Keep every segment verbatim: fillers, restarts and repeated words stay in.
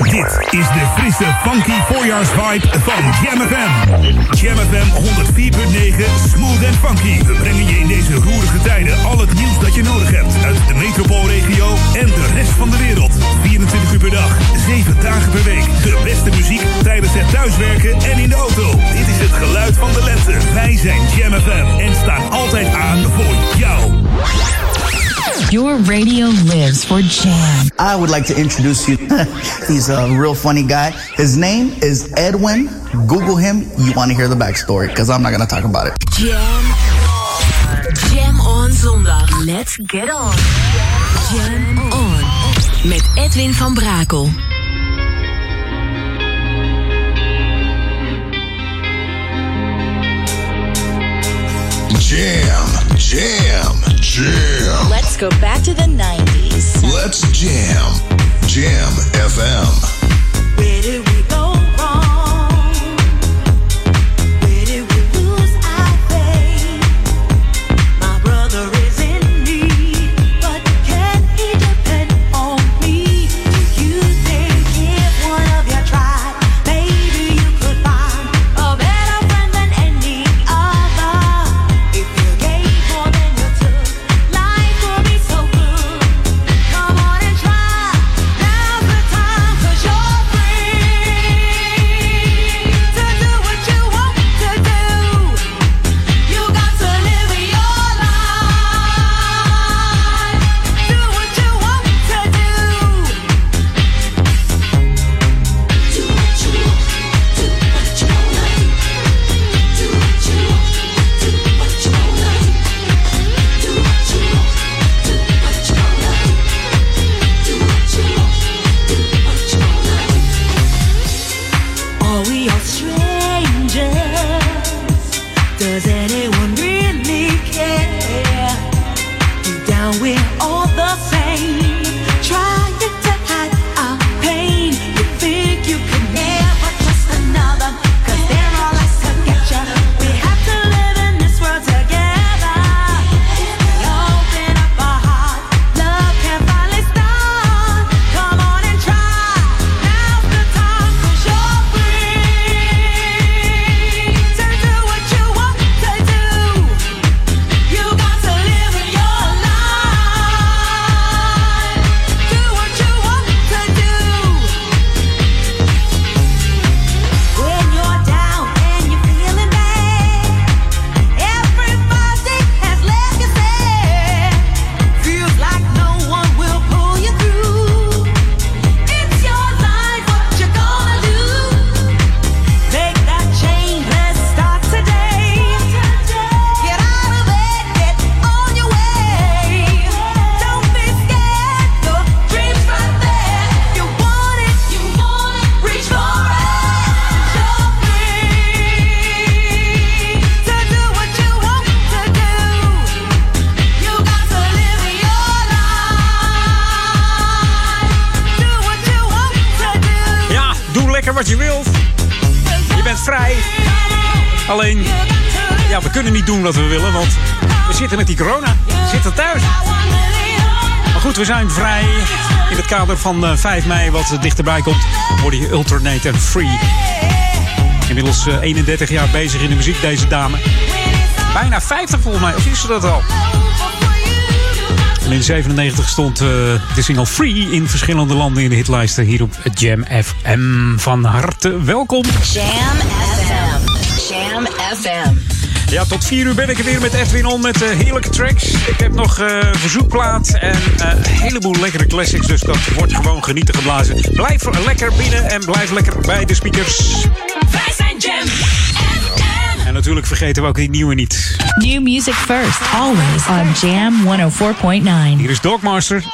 Dit is de frisse, funky voorjaarsvibe van Jam F M. Jam F M honderd vier punt negen, smooth en funky. We brengen je in deze roerige tijden al het nieuws dat je nodig hebt. Uit de metropoolregio en de rest van de wereld. vierentwintig uur per dag, zeven dagen per week. De beste muziek tijdens het thuiswerken en in de auto. Dit is het geluid van de lente. Wij zijn Jam F M en staan altijd aan voor jou. Your radio lives for Jam. I would like to introduce you. He's a real funny guy. His name is Edwin. Google him. You want to hear the backstory, because I'm not going to talk about it. Jam. Jam on zondag. Let's get on. Jam on. Met Edwin van Brakel. Jam, jam, jam. Let's go back to the nineties. Let's jam. Jam F M. Where did we go wrong? Where did we lose our faith? My brother is in need, but can he depend on me? Do you think if one of you tried, maybe you could find a better friend than any other? If you gave more than you took, life would be so good. Come on and try. Now's the time, 'cause you're wat je wilt. Je bent vrij. Alleen, ja, we kunnen niet doen wat we willen, want we zitten met die corona. We zitten thuis. Maar goed, we zijn vrij. In het kader van uh, vijf mei, wat dichterbij komt, worden je Alternate en Free. Inmiddels uh, eenendertig jaar bezig in de muziek, deze dame. Bijna vijftig volgens mij, of is ze dat al? En in zevenennegentig stond uh, de single Free in verschillende landen in de hitlijsten hier op Jam F M. Van harte welkom. Jam F M. Jam F M. Ja, tot vier uur ben ik er weer met Edwin On met uh, heerlijke tracks. Ik heb nog uh, verzoekplaat en uh, een heleboel lekkere classics. Dus dat wordt gewoon genieten geblazen. Blijf lekker binnen en blijf lekker bij de speakers. Wij zijn Jam F M. En natuurlijk vergeten we ook die nieuwe niet. New music first, always on Jam honderdvier komma negen. Hier is Dogmaster.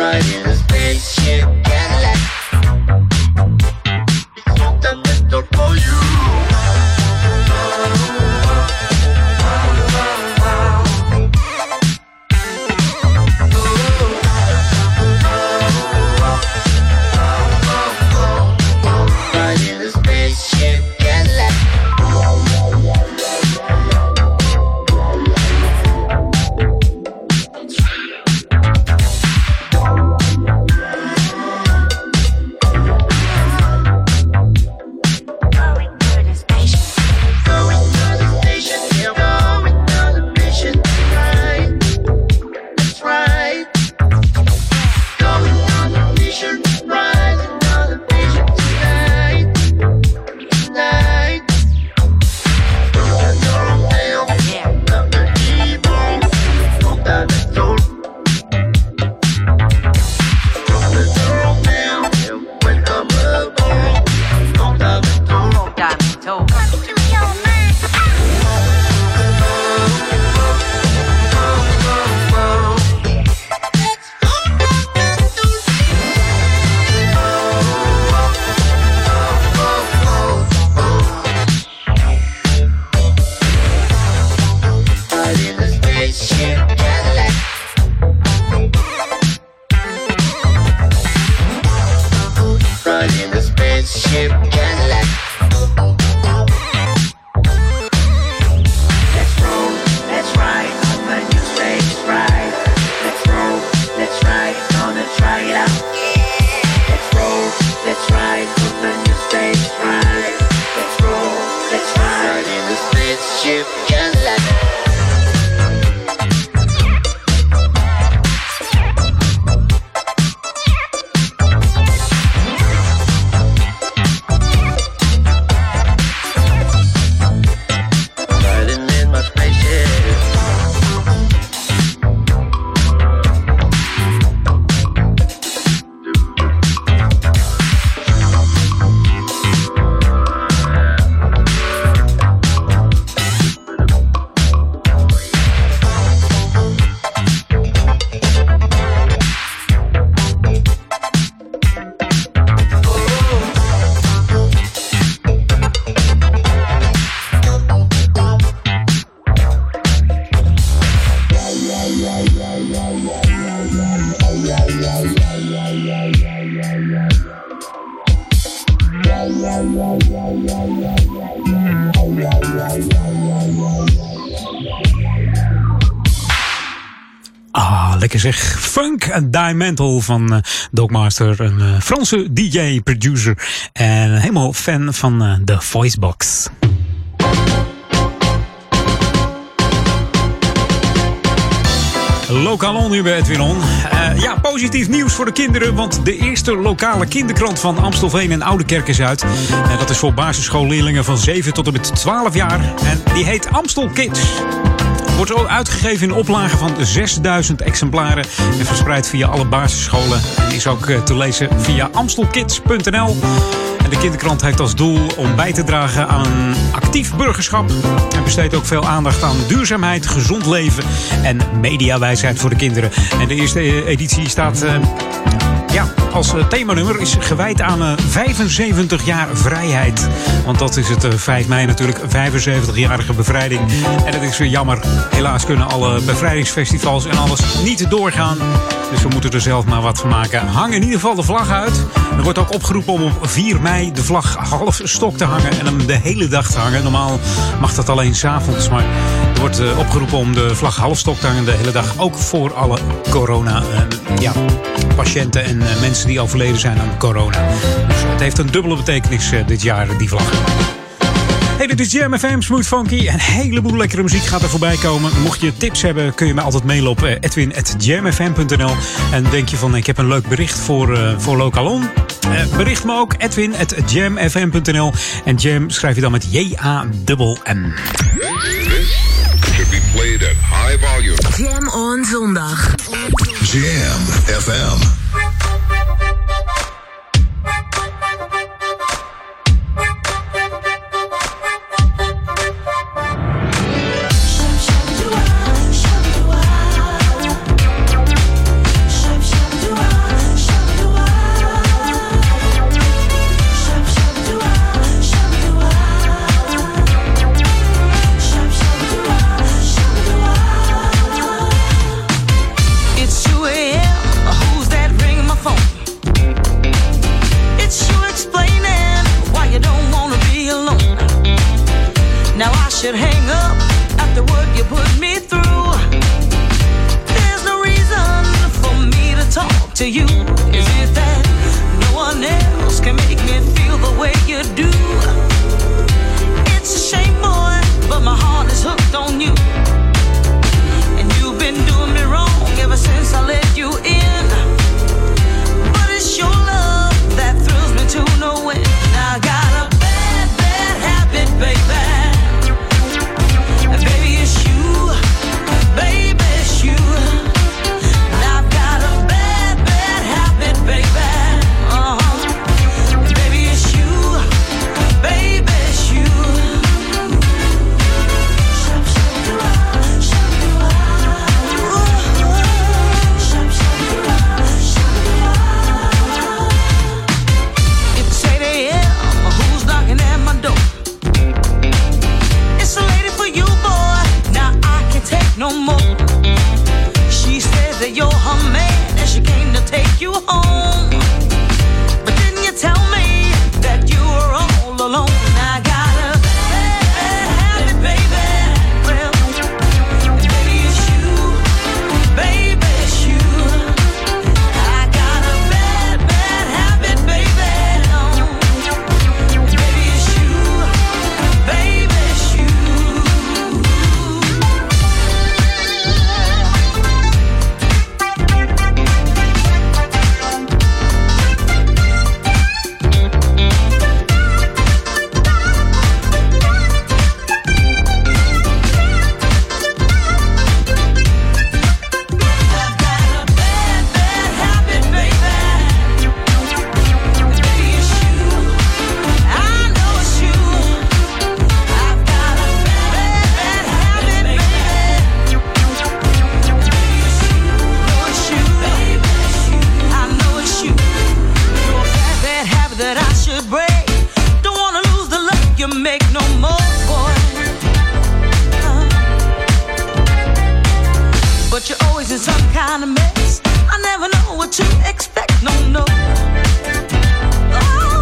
Riding a spaceship Cadillac. Sentimental for you. Riding a spaceship Cadillac. Ah, lekker zeg. Funk Dimental van uh, Dogmaster, een uh, Franse D J-producer. En helemaal fan van uh, de Voicebox. Lokaal nu bij Edwin On. Uh, ja, positief nieuws voor de kinderen, want de eerste lokale kinderkrant van Amstelveen en Oudekerk is uit. Uh, dat is voor basisschoolleerlingen van zeven tot en met twaalf jaar. En die heet Amstel Kids. Wordt ook uitgegeven in oplagen van zesduizend exemplaren en verspreid via alle basisscholen. En is ook te lezen via amstelkids punt n l. En de kinderkrant heeft als doel om bij te dragen aan actief burgerschap. En besteedt ook veel aandacht aan duurzaamheid, gezond leven en mediawijsheid voor de kinderen. En de eerste editie staat... Uh, Ja, als themanummer is gewijd aan uh, vijfenzeventig jaar vrijheid. Want dat is het uh, vijf mei natuurlijk, vijfenzeventigjarige bevrijding. En dat is weer jammer. Helaas kunnen alle bevrijdingsfestivals en alles niet doorgaan. Dus we moeten er zelf maar wat van maken. Hang in ieder geval de vlag uit. Er wordt ook opgeroepen om op vier mei de vlag half stok te hangen en hem de hele dag te hangen. Normaal mag dat alleen 's avonds, maar er wordt uh, opgeroepen om de vlag half stok te hangen de hele dag. Ook voor alle corona uh, ja, patiënten en uh, mensen die overleden zijn aan corona. Dus het heeft een dubbele betekenis uh, dit jaar, die vlag. Hey, dit is Jam F M, Smooth Funky. Een heleboel lekkere muziek gaat er voorbij komen. Mocht je tips hebben, kun je mij altijd mailen op uh, edwin at jam f m punt n l. En denk je van, ik heb een leuk bericht voor, uh, voor Lokalon? Uh, bericht me ook, edwin at jam f m punt n l. En Jam schrijf je dan met J A M M. This should be played at high volume. Jam on zondag. Jam F M. Shum shum doo ah, shum doo ah, shum shum doo ah. to you? Is it that no one else can make me feel the way you do? It's a shame, boy, but my heart is hooked on you. And you've been doing me wrong ever since I let you in. But it's your love that thrills me to no end. I got a bad, bad habit, baby. And baby, it's you. Baby, it's you. And I've got a bad, bad habit, baby. Uh-huh. Baby, it's you. Baby, it's you. Shop, shop, do I, shop, do I. Shop, shop, do I, shop, do I. It's eight a.m. Who's knocking at my door? It's a lady for you, boy. Now I can't take no more. She says that you're her man and she came to take you home. But didn't you tell me that you were all alone? I got a bad, bad habit, baby. Well, baby, it's you. Baby, it's you. I got a bad, bad habit, baby. Oh, baby, it's you. Baby, it's you. I've got a bad, bad habit, baby. Baby, it's you. I know it's you. I've got a bad, bad habit, baby. Baby, it's you. Know it's you. Baby, it's you. I know it's you. You're a bad, bad habit that I should break. Don't wanna lose the love you make no more, boy. Uh. But you're always in some kind of mess. I never know what to expect, no, no. Oh.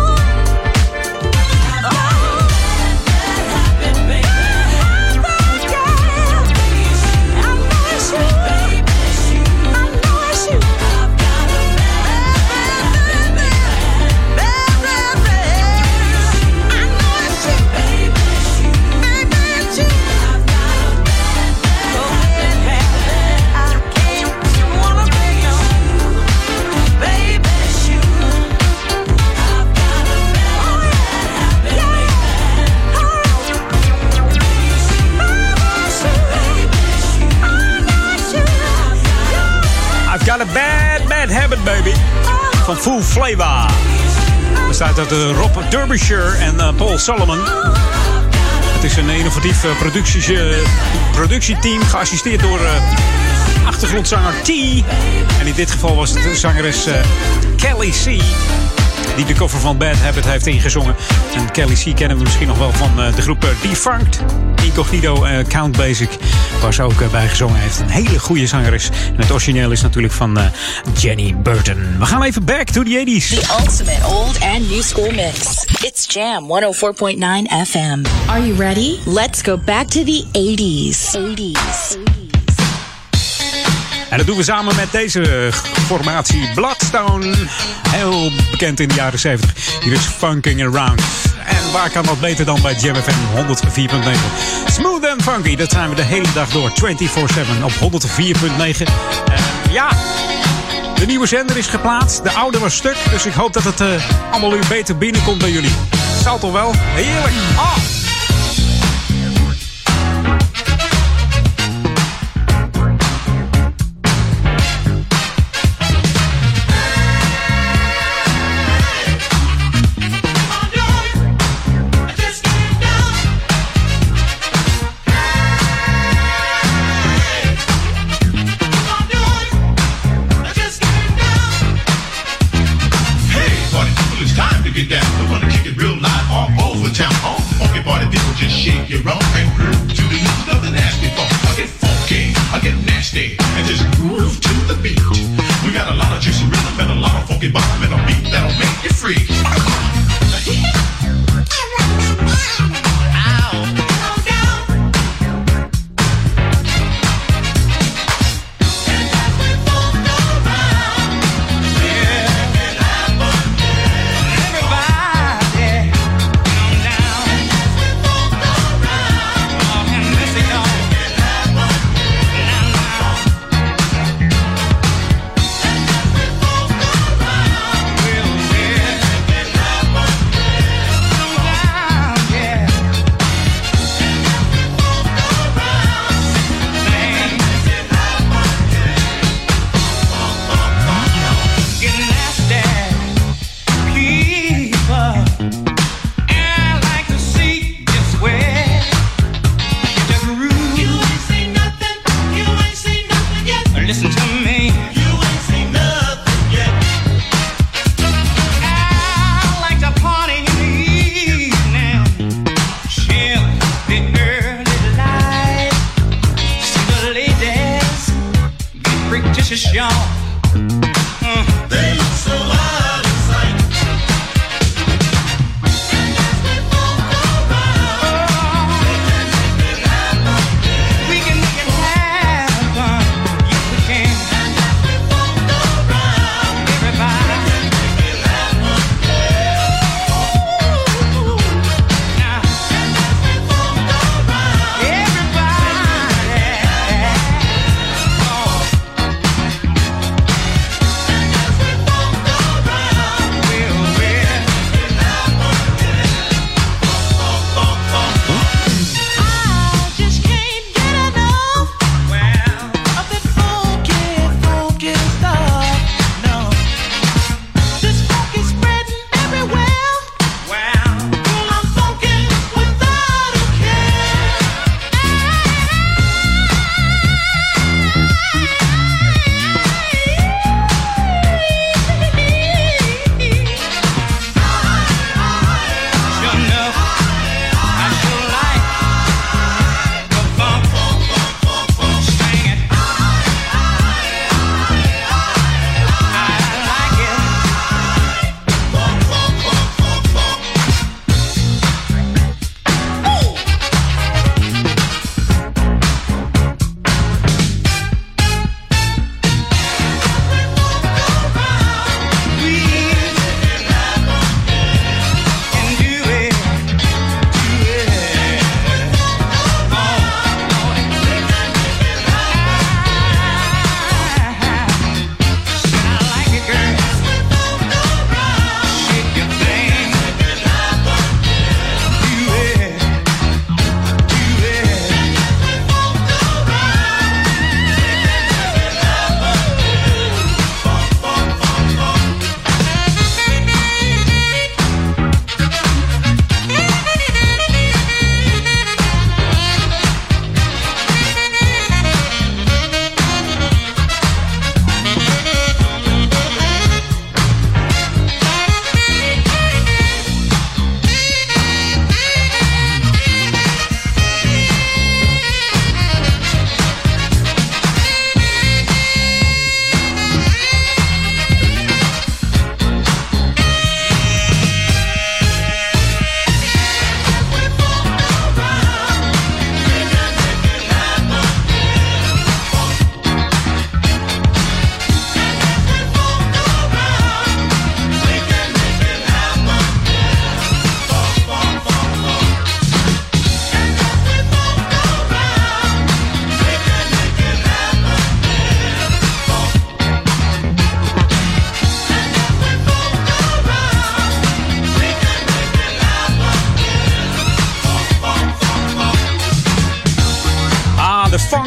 Oh. Bad habit, baby. Yeah. I know it's you. Baby, it's you. I know it's you. I've got a bad, bad, bad, bad, bad, bad. I know it's you. Baby, it's you. Baby, it's you. I've got a bad, bad, habit. I can't wanna break on you. Baby, it's you. I've got a bad, habit, baby. Oh, baby, it's you. Baby, it's you. I know it's you. I've got a bad, bad habit, baby. Van Full Flavor. Bestaat uit uh, Rob Derbyshire en uh, Paul Solomon. Het is een innovatief uh, producties, uh, productieteam, geassisteerd door uh, achtergrondzanger T. En in dit geval was het de zangeres uh, Kelly C. Die de cover van Bad Habit heeft ingezongen. En Kelly C kennen we misschien nog wel van uh, de groep uh, Defunct, Incognito, uh, Count Basic, waar ze ook uh, bij gezongen heeft. Een hele goede zangeres. En het origineel is natuurlijk van uh, Jenny Burton. We gaan even back to the eighties. The ultimate old and new school mix. It's Jam honderdvier komma negen F M. Are you ready? Let's go back to the eighties. eighties. En dat doen we samen met deze formatie Bloodstone. Heel bekend in de jaren zeventig. Hier is Funking Around. En waar kan dat beter dan bij Jam F M honderdvier komma negen. Smooth and funky, dat zijn we de hele dag door. vierentwintig zeven op honderdvier komma negen. En ja, de nieuwe zender is geplaatst. De oude was stuk. Dus ik hoop dat het uh, allemaal weer beter binnenkomt bij jullie. Zal toch wel? Heerlijk. Ah! You're wrong and groove to the music of the nasty funk. I get funky, I get nasty, and just groove to the beat. We got a lot of juicy rhythm and a lot of funky bottom and a beat that'll make you free.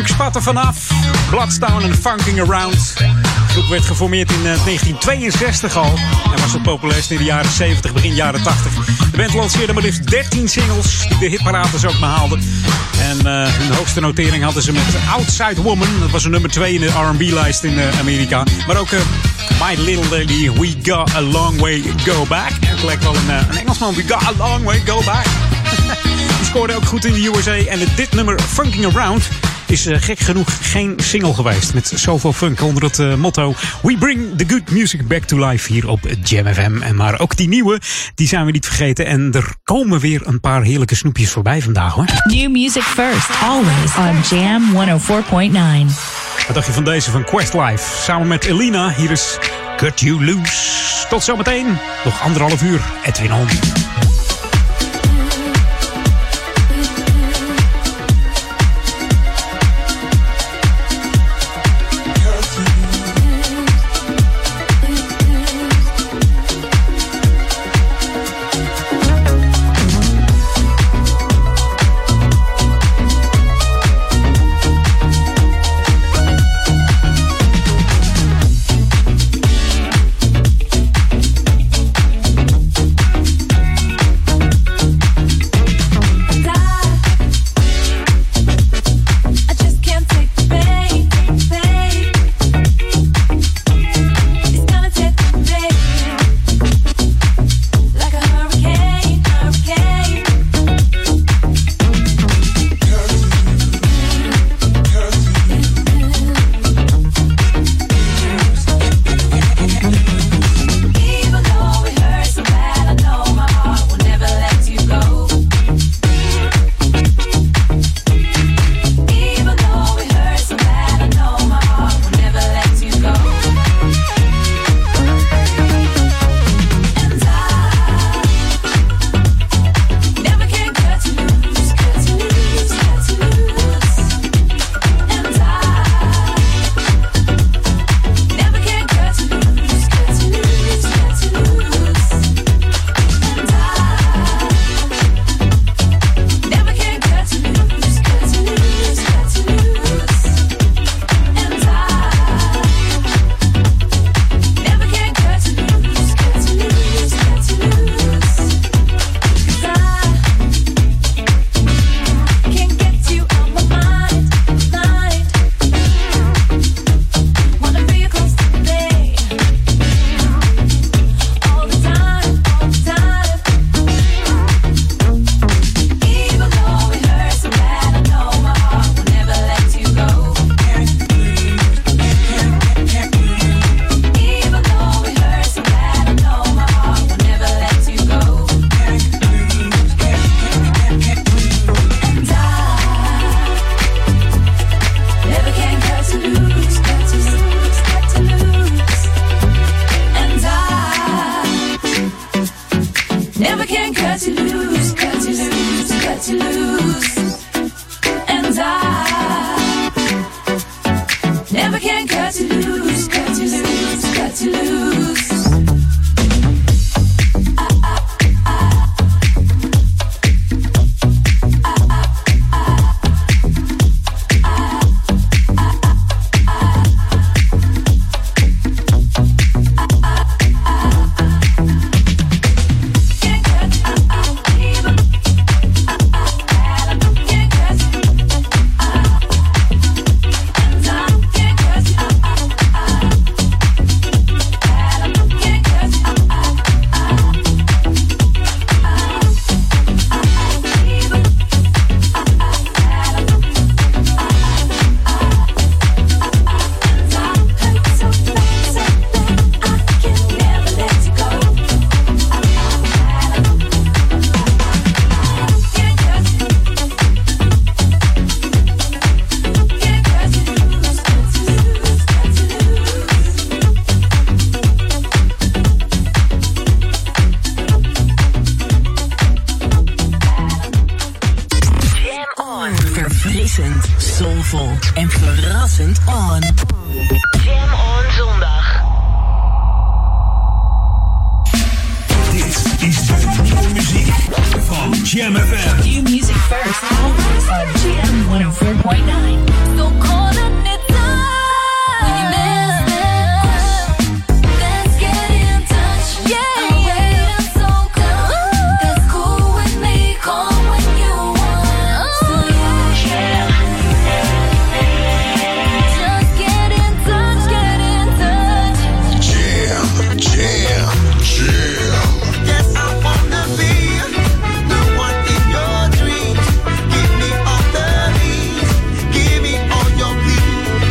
funk spat er vanaf. Bloodstone en Funking Around. De groep werd geformeerd in uh, negentien tweeënzestig al. En was het populairst in de jaren zeventig, begin jaren tachtig. De band lanceerde maar liefst dertien singles die de hitparades ook behaalden. En uh, hun hoogste notering hadden ze met Outside Woman. Dat was een nummer twee in de R en B-lijst in uh, Amerika. Maar ook uh, My Little Lady, We Got a Long Way Go Back. Het lijkt wel een, uh, een Engelsman, We Got a Long Way Go Back. Die scoorde ook goed in de U S A. En dit nummer, Funking Around, is uh, gek genoeg geen single geweest. Met zoveel funk onder het uh, motto We bring the good music back to life hier op Jam F M. En maar ook die nieuwe, die zijn we niet vergeten. En er komen weer een paar heerlijke snoepjes voorbij vandaag, hoor. New music first, always on Jam honderdvier komma negen. Wat dacht je van deze van Questlife? Samen met Elina, hier is Cut You Loose. Tot zometeen, nog anderhalf uur, Edwin On. Verfrissend, soulvol en verrassend on. Jam on zondag. Dit is de nieuwe muziek van Jam F M. New music first, always on Jam one oh four point nine. So call it time. When you miss me, let's get in touch. Yeah, I'm waiting so good. That's cool with me. Call when you want. So yeah, just get in touch, get in touch. Jam, jam, jam. Yes, I wanna be the one in your dreams. Give me all the needs. Give me all your please.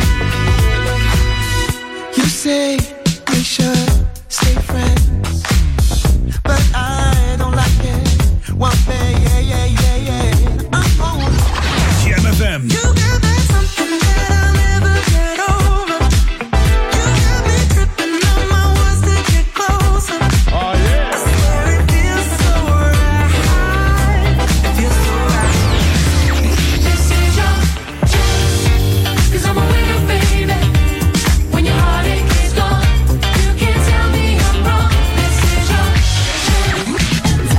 You say we should stay friends, but I don't like it. One day, yeah, yeah, yeah, yeah. Oh, Jam F M. you got that something that I'll never get over. You got me tripping on my words to get closer. Oh, yeah. I swear it feels so right. It feels so right. This is your chance, 'cause I'm a winner, baby. When your heartache is gone, you can't tell me I'm wrong. This is your chance,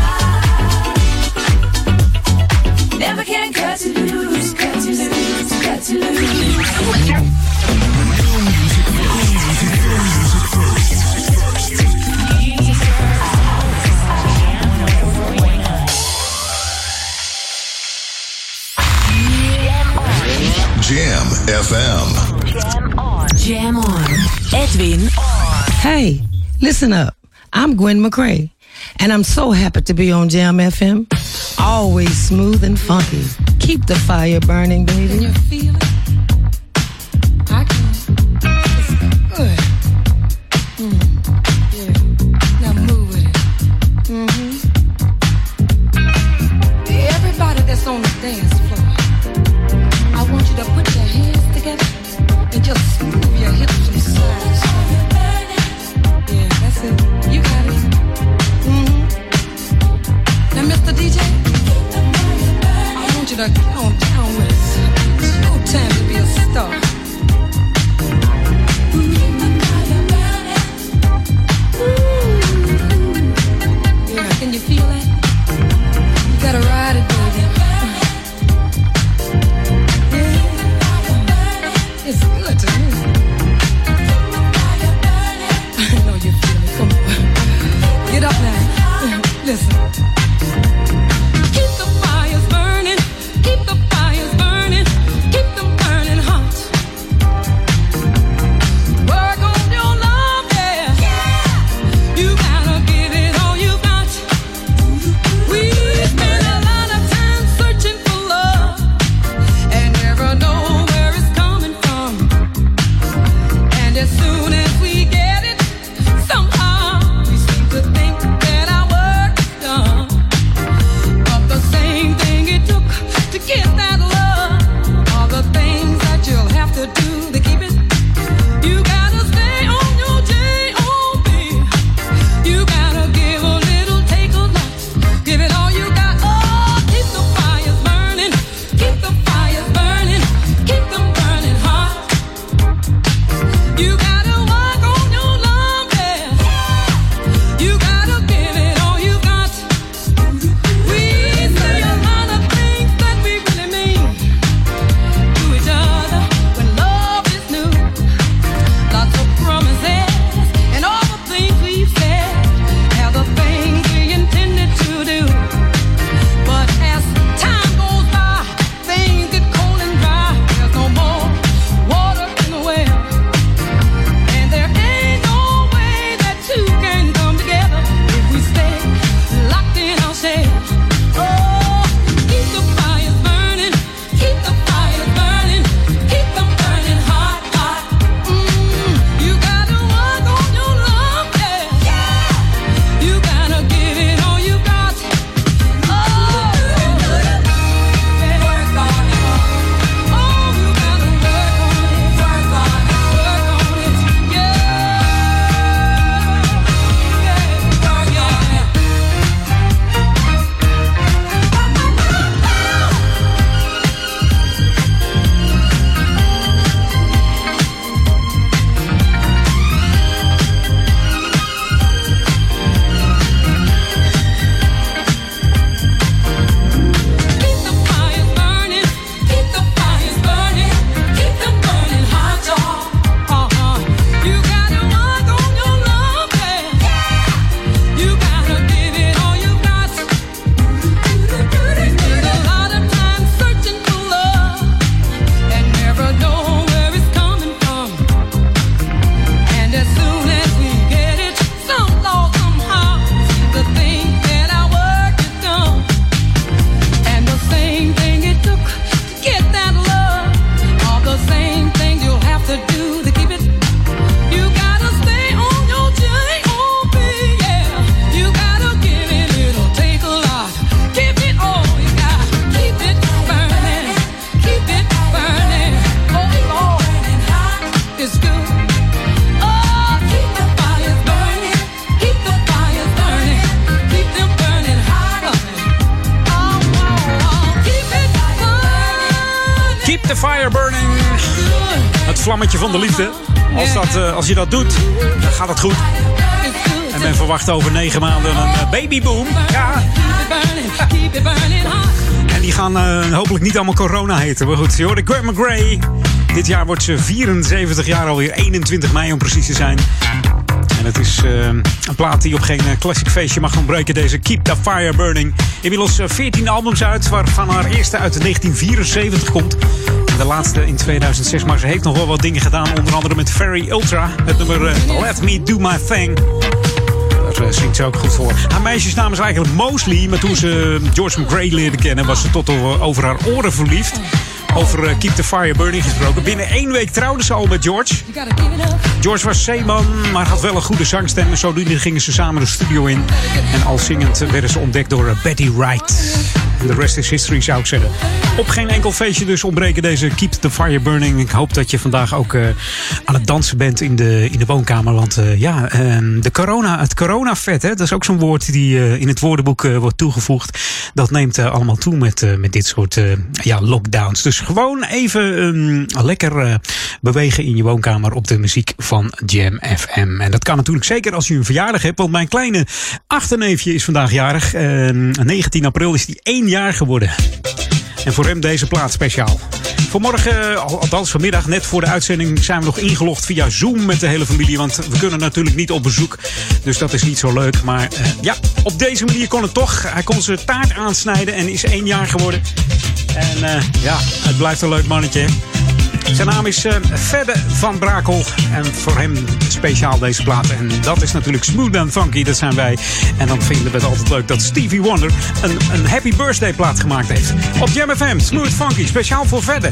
and I never can cut you loose, cut you loose, cut you loose. Jam F M. Jam on. Edwin Hey, listen up. I'm Gwen McCrae, and I'm so happy to be on Jam F M. Always smooth and funky. Keep the fire burning, baby. Can you feel it? I can. It's good. Mm. Yeah. Now move with it. Mm-hmm. Everybody that's on the dance floor, I want you to put your hands together and just move your hips from side to side. Yeah, that's it. You got it. Mm-hmm. Now, Mister D J, I want you to get on down with it. It's no time Fire Burning. Het vlammetje van de liefde. Als, dat, uh, als je dat doet, dan gaat het goed. En men verwacht over negen maanden een uh, babyboom. Ja. En die gaan uh, hopelijk niet allemaal corona heten. Maar goed, je hoort de Grandma Gray. Dit jaar wordt ze vierenzeventig jaar, alweer eenentwintig mei om precies te zijn. En het is uh, een plaat die op geen uh, classic feestje mag ontbreken. Deze Keep the Fire Burning. Inmiddels uh, veertien albums uit, waarvan haar eerste uit negentien vierenzeventig komt. En de laatste in tweeduizend zes. Maar ze heeft nog wel wat dingen gedaan. Onder andere met Very Ultra. Het nummer uh, Let Me Do My Thing. Daar uh, zingt ze ook goed voor. Haar meisjesnaam is eigenlijk Mosley. Maar toen ze George McRae leerde kennen, was ze tot over, over haar oren verliefd. Over uh, Keep the Fire Burning gesproken. Binnen één week trouwden ze al met George. George was zeeman, maar had wel een goede zangstem. En zodoende gingen ze samen de studio in. En al zingend werden ze ontdekt door uh, Betty Wright. En de rest is history, zou ik zeggen. Op geen enkel feestje dus ontbreken deze Keep the Fire Burning. Ik hoop dat je vandaag ook uh, aan het dansen bent in de, in de woonkamer. Want uh, ja, uh, de corona, het coronavet, hè, dat is ook zo'n woord die uh, in het woordenboek uh, wordt toegevoegd. Dat neemt uh, allemaal toe met, uh, met dit soort uh, ja, lockdowns. Dus gewoon even um, lekker uh, bewegen in je woonkamer op de muziek van Jam F M. En dat kan natuurlijk zeker als je een verjaardag hebt. Want mijn kleine achterneefje is vandaag jarig. Uh, negentien april is die één jaar geworden. En voor hem deze plaat speciaal. Vanmorgen, althans vanmiddag, net voor de uitzending, zijn we nog ingelogd via Zoom met de hele familie. Want we kunnen natuurlijk niet op bezoek. Dus dat is niet zo leuk. Maar uh, ja, op deze manier kon het toch. Hij kon zijn taart aansnijden en is één jaar geworden. En uh, ja, het blijft een leuk mannetje. Zijn naam is uh, Fedde van Brakel. En voor hem speciaal deze plaat. En dat is natuurlijk Smooth and Funky, dat zijn wij. En dan vinden we het altijd leuk dat Stevie Wonder een, een Happy Birthday plaat gemaakt heeft. Op Jam F M, Smooth Funky, speciaal voor Fedde.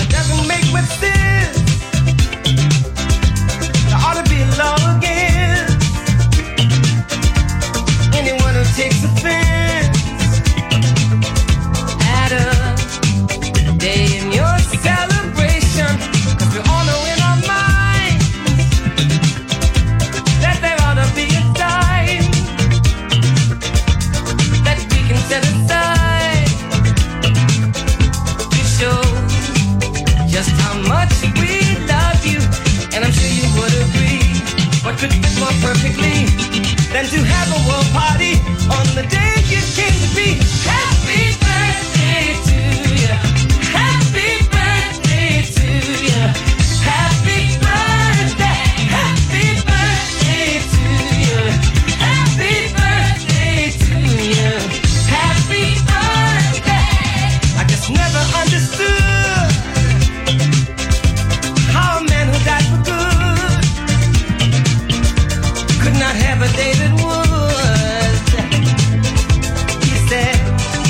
Could fit more perfectly than to have a world party on the day you came to be. Happy birthday to you. Happy birthday to you. Happy birthday. Happy birthday to you. Happy birthday to you. Happy birthday. I just never understood how a man who died for good could not have a David Wood. He said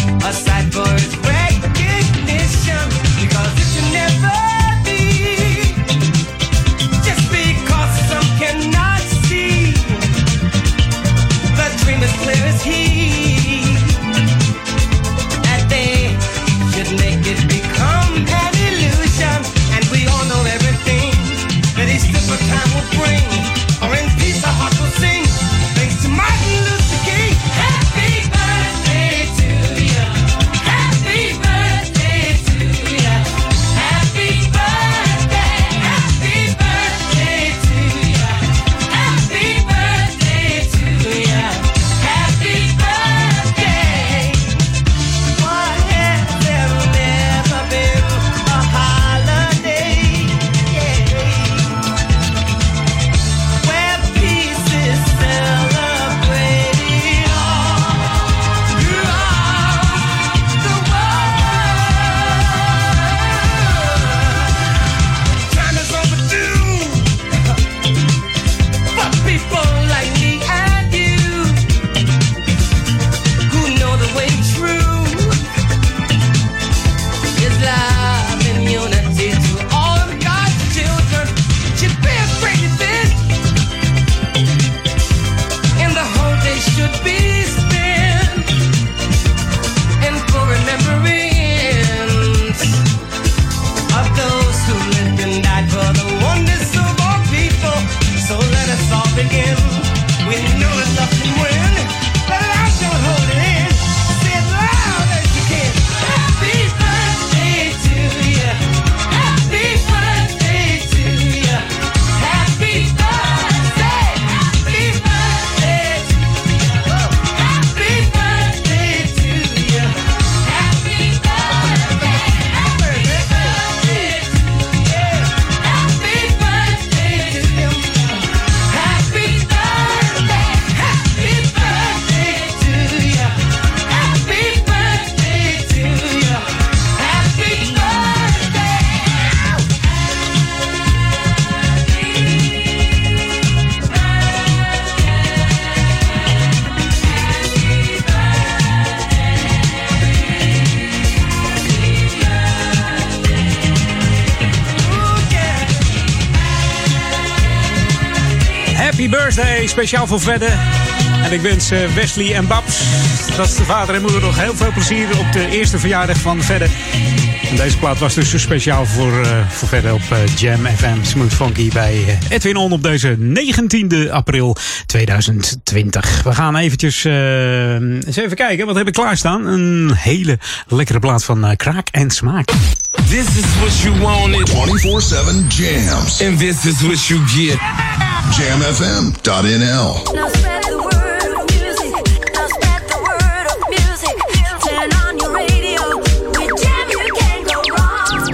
Birthday, speciaal voor Fedde. En ik wens uh, Wesley en Babs, dat is de vader en moeder, nog heel veel plezier op de eerste verjaardag van Fedde. En deze plaat was dus speciaal voor, uh, voor Fedde op uh, Jam F M Smooth Funky bij uh, Edwin On op deze negentiende april tweeduizend twintig. We gaan eventjes uh, eens even kijken, wat heb ik klaarstaan? Een hele lekkere plaat van uh, Kraak en Smaak. This is what you wanted. twenty-four seven jams. And this is what you get. jam f m dot n l. Now spread the word of music. Now spread the word of music. Turn on your radio. With Jam you can't go wrong.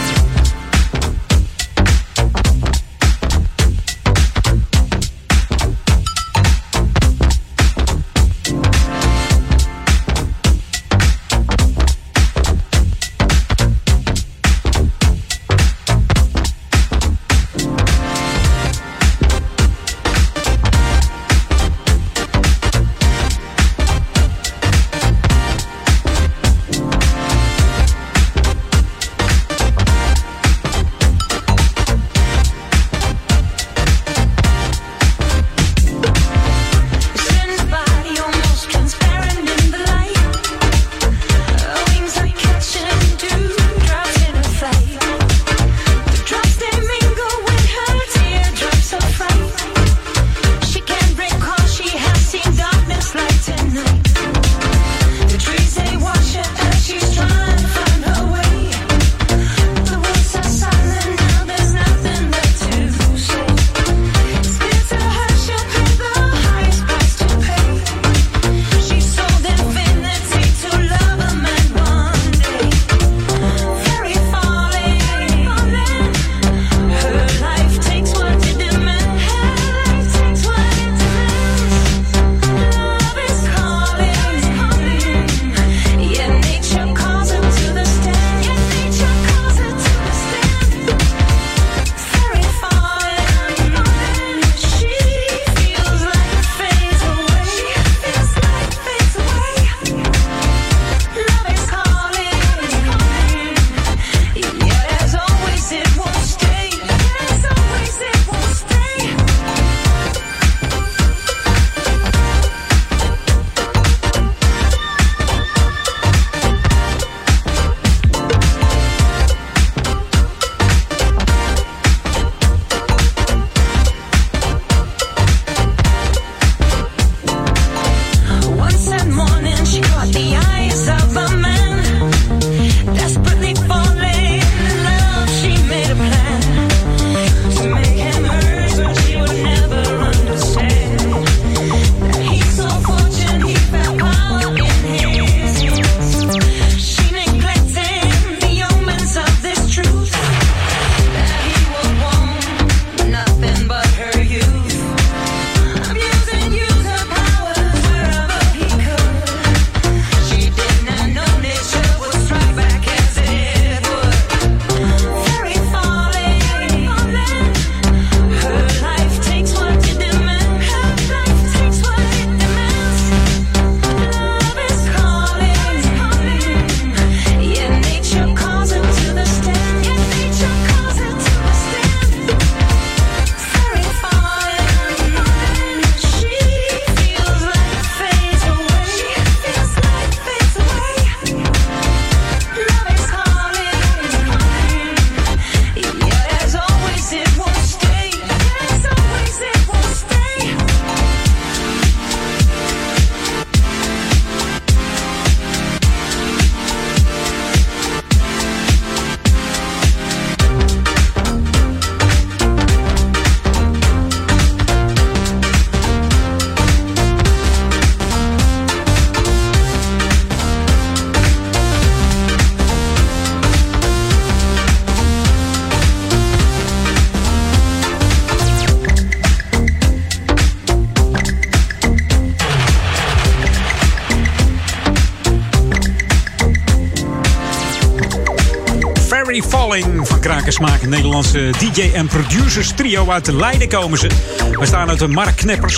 Falling van Kraak en Smaak, een Nederlandse D J en producers trio uit Leiden komen ze. We staan uit de Mark Kneppers,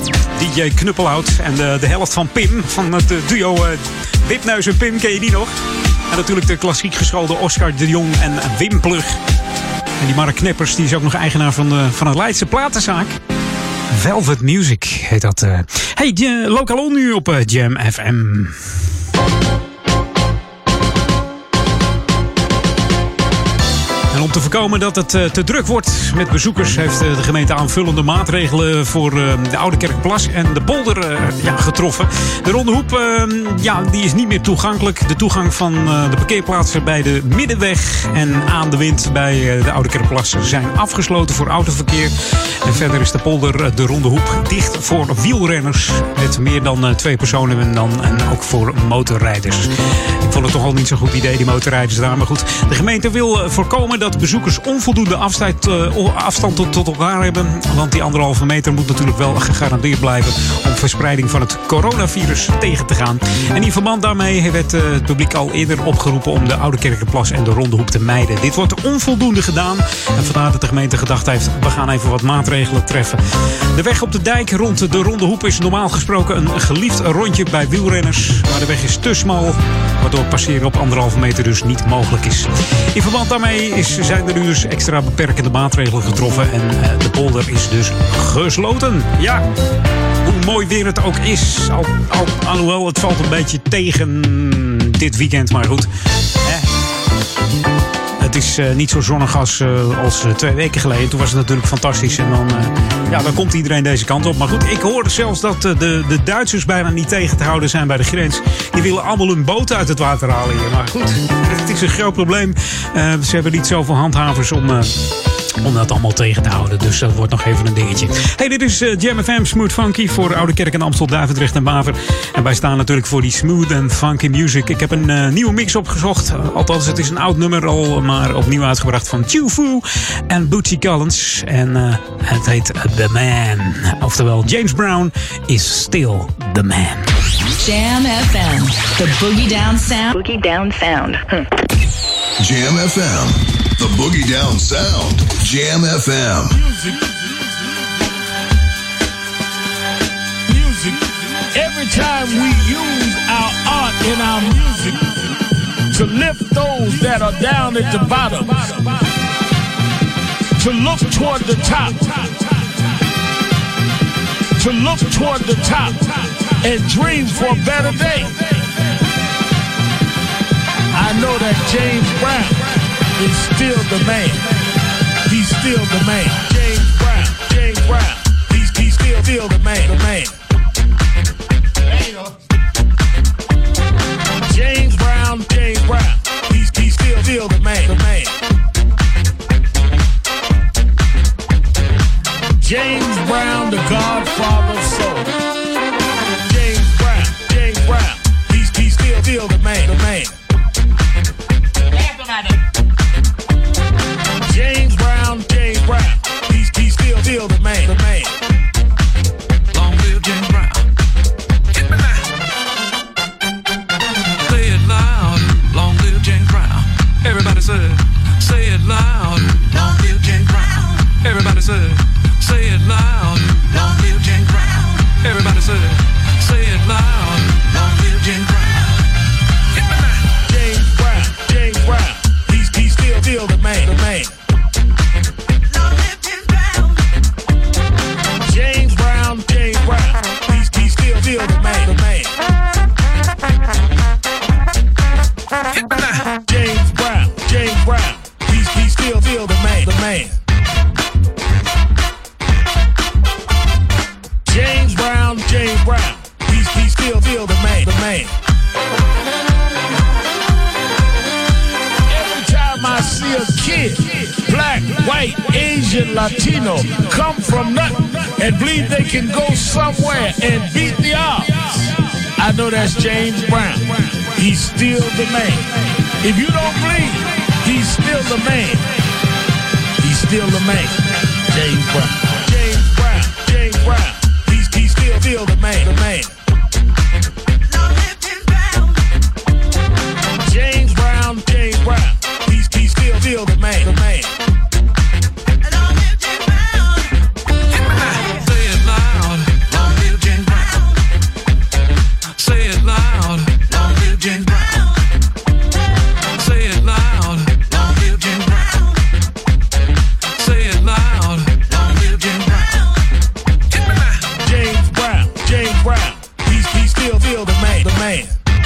D J Knuppelhout en de, de helft van Pim, van het duo uh, Wipneus en Pim, ken je die nog? En natuurlijk de klassiek geschoolde Oscar de Jong en Wim Plug. En die Mark Kneppers die is ook nog eigenaar van, de, van het Leidse platenzaak. Velvet Music heet dat. Uh. Hey, uh, Lokaal nu op uh, Jam F M. En om te voorkomen dat het uh, te druk wordt met bezoekers, heeft uh, de gemeente aanvullende maatregelen voor uh, de Oude Kerkplas en de Polder uh, ja, getroffen. De Ronde Hoep uh, ja, die is niet meer toegankelijk. De toegang van uh, de parkeerplaatsen bij de Middenweg en aan de Wind bij uh, de Oude Kerkplas zijn afgesloten voor autoverkeer. En verder is de Polder, uh, de Ronde Hoep, dicht voor wielrenners met meer dan uh, twee personen en, dan, en ook voor motorrijders. Ik vond het toch al niet zo'n goed idee, die motorrijders daar. Maar goed, de gemeente wil uh, voorkomen dat bezoekers onvoldoende afstand, uh, afstand tot, tot elkaar hebben. Want die anderhalve meter moet natuurlijk wel gegarandeerd blijven om verspreiding van het coronavirus tegen te gaan. En in verband daarmee werd uh, het publiek al eerder opgeroepen om de Oude Kerkenplas en de Ronde Hoep te mijden. Dit wordt onvoldoende gedaan. En vandaar dat de gemeente gedacht heeft, we gaan even wat maatregelen treffen. De weg op de dijk rond de Ronde Hoep is normaal gesproken een geliefd rondje bij wielrenners. Maar de weg is te smal, waardoor passeren op anderhalve meter dus niet mogelijk is. In verband daarmee is, zijn er nu dus extra beperkende maatregelen getroffen. En uh, de polder is dus gesloten. Ja, hoe mooi weer het ook is. Al, al, alhoewel, het valt een beetje tegen dit weekend, maar goed. Eh. Het is uh, niet zo zonnig als, uh, als uh, twee weken geleden. Toen was het natuurlijk fantastisch. En dan, uh, ja, dan komt iedereen deze kant op. Maar goed, ik hoorde zelfs dat uh, de, de Duitsers bijna niet tegen te houden zijn bij de grens. Die willen allemaal hun boot uit het water halen hier. Maar goed, het is een groot probleem. Uh, ze hebben niet zoveel handhavers om... Uh, Om dat allemaal tegen te houden. Dus dat wordt nog even een dingetje. Hey, dit is uh, Jam F M Smooth Funky voor Oude Kerk en Amstel, Duivendrecht en Baver. En wij staan natuurlijk voor die smooth and funky music. Ik heb een uh, nieuwe mix opgezocht. Uh, althans, het is een oud nummer al, maar opnieuw uitgebracht van Chufu en Bootsy Collins. En uh, het heet The Man. Oftewel, James Brown is still the man. Jam F M. The Boogie Down Sound. Boogie Down Sound. Hm. Jam F M. The Boogie Down Sound. Jam F M. Music. Music. Every time we use our art in our music to lift those that are down at the bottom, to look toward the top, to look toward the top and dream for a better day. I know that James Brown is still the man. He's still the man. James Brown, James Brown. He's, he's still, still the man, the man. James Brown, James Brown. He's, he's still, still the man, the man. James Brown, the Godfather of soul. James Brown, James Brown. He's, he's still, still the man, the man. James Brown, James Brown. He's, he's still, still the man, the man. Long live James Brown. Get me now. Say it loud. Long live James Brown. Everybody say it. Say it loud. Long live James Brown. Everybody say it. Say it loud. Long live James Brown. Everybody say it. Say it loud. Long live James Brown. Get me now. James Brown, James Brown. He's, he's still, still the man, the man. James Brown, James Brown. He's, he's still, still the man, the man. James Brown, James Brown. He's, he's still, still the man, the man. James Brown, James Brown. He's, he's still, still the man, the man. Every time I see a kid, black, white, Asian, Latino, come from nothing and believe they can go somewhere and beat the odds, I know that's James Brown. He's still the man. If you don't believe, he's still the man. He's still the man. James Brown. James Brown. James Brown. He's, he's still, still the man. The man. James Brown. James Brown. He's, he's still, still the man. The man. Say it loud, long live James Brown. Brown. He's, he's still, still the man, the man.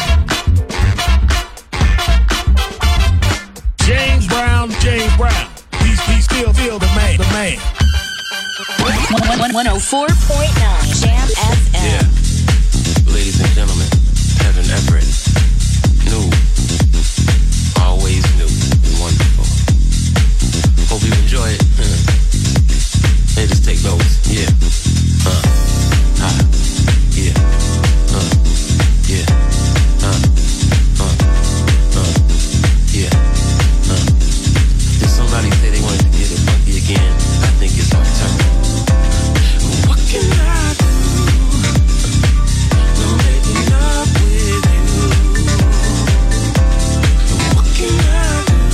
James Brown, James Brown. He's, he's still, still the man, the man. one oh four point nine Jam F M. Yeah. Ladies and gentlemen, Kevin Everett. New. Always new and wonderful. Hope you enjoy it. Hey, just take notes. Yeah. Uh. Ah. Yeah. Uh. Yeah. Uh. Uh. Uh. Yeah. Uh. Did somebody say they wanted to get it funky again? I think it's our turn. What can I do? No making up with you. What can I do?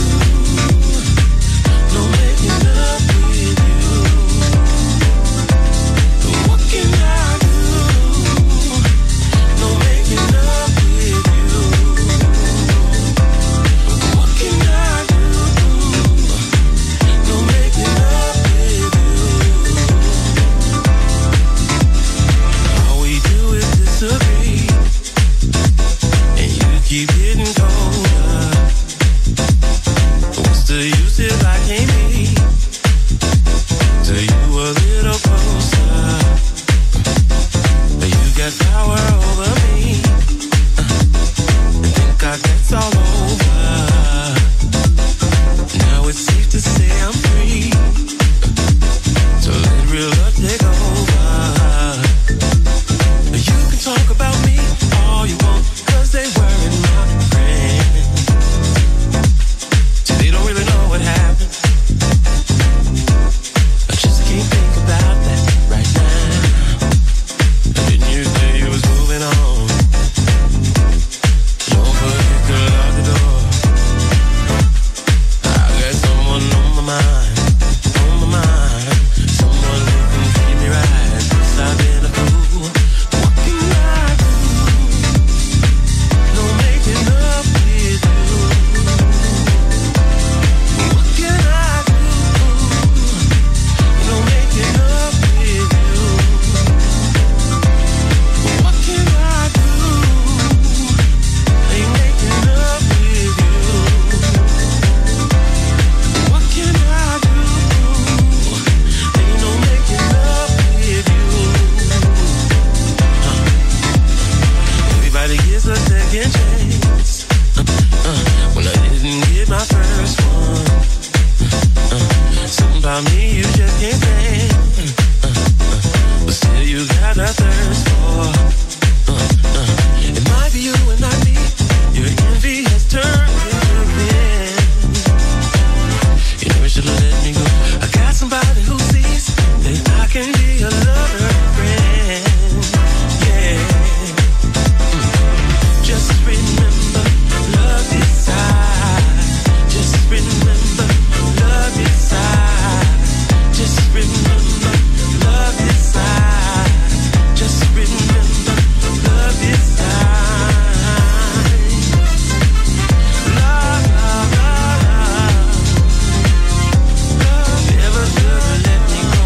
No making up with you. What can I do? No making up with you. What can I do? No making up with you. All we do is disagree, and you keep getting colder. What's the use if I can't be to you a little closer? You got power over me, and think I that's all over. Now it's safe to say I'm free, so let real love take over. You can talk about me all you want, cause they weren't my friends. See, they don't really know what happened. I just can't think about that right now. Didn't you say you was moving on? Don't forget to lock the door. I got someone on my mind, on my mind. Someone who can treat me right, 'cause I've been a fool. What can I do? No making up with you. What can I do? No making up with you. What can I do? Ain't making up with you. What can I do? Ain't no making up with you. Huh. Everybody gets a second chance. Uh, uh, when I didn't get my first one. Uh, something about me you just can't stand. Uh, uh, but still you got a thirst for. Uh, uh, it might be you and not me. Your envy has turned into pain. You never should have let me go. I got somebody who sees that I can be a lover friend. Yeah. Mm. Just remember, love inside. Just remember, love inside. Just remember, love inside. Just remember, love inside. Love, love, love, love. Love never should let me go.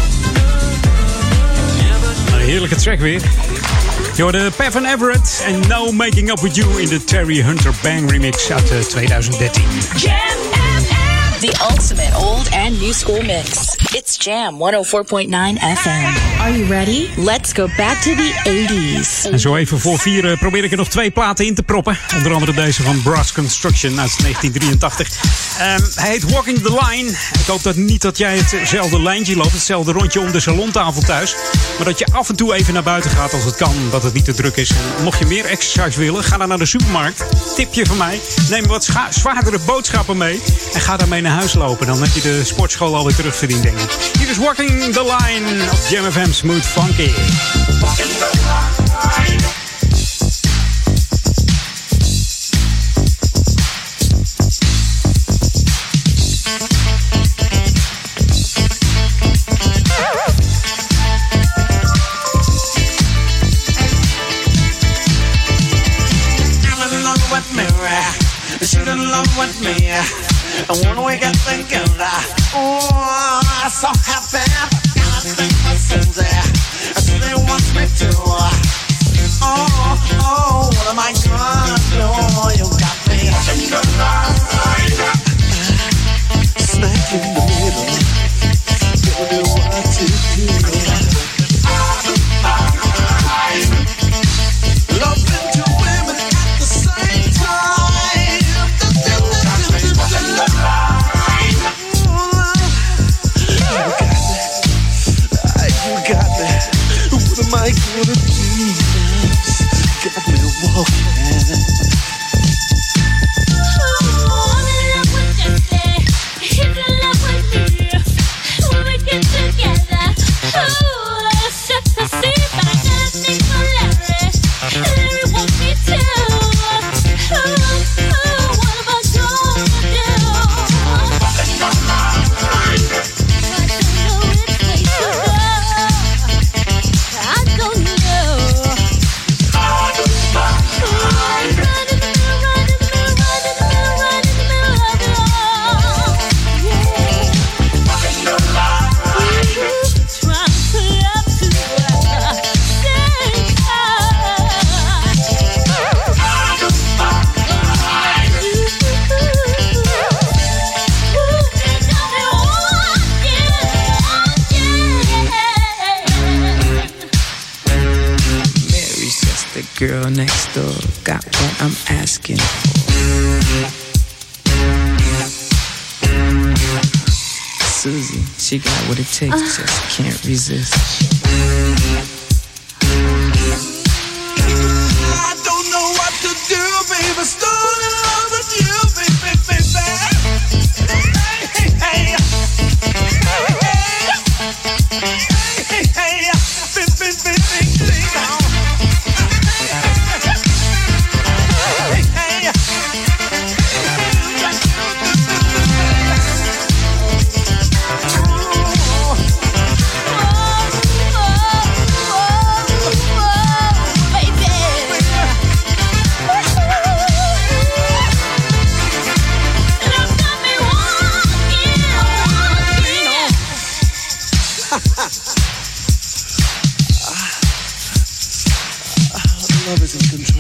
Een heerlijke track weer. Je hoorde Pevin Everett en No Making Up With You in de Terry Hunter Bang remix uit uh, twintig dertien. Jam F M. The ultimate old and new school mix. It's Jam one oh four point nine F M. Are you ready? Let's go back to the eighties. En zo even voor vieren probeer ik er nog twee platen in te proppen. Onder andere deze van Brass Construction uit negentien drieëntachtig. Um, hij heet Walking the Line. Ik hoop dat niet dat jij hetzelfde lijntje loopt, hetzelfde rondje om de salontafel thuis. Maar dat je af en toe even naar buiten gaat als het kan, dat het niet te druk is. En mocht je meer exercise willen, ga dan naar de supermarkt. Tipje van mij, neem wat scha- zwaardere boodschappen mee. En ga daarmee naar huis lopen. Dan heb je de sportschool alweer terugverdiend, denk ik. Hier is Walking the Line op Jam F M Smooth Funky. Walking the line. Shoot along with me. And when we get together, oh, I'm so happy. I think my friends there, I see they want me to. Girl next door got what I'm asking for. Susie, she got what it takes, uh. just can't resist. I don't know what to do, baby. Still in love with you, baby, baby. Hey, hey, hey. Hey, hey, hey. Baby, baby, baby. Love is in control.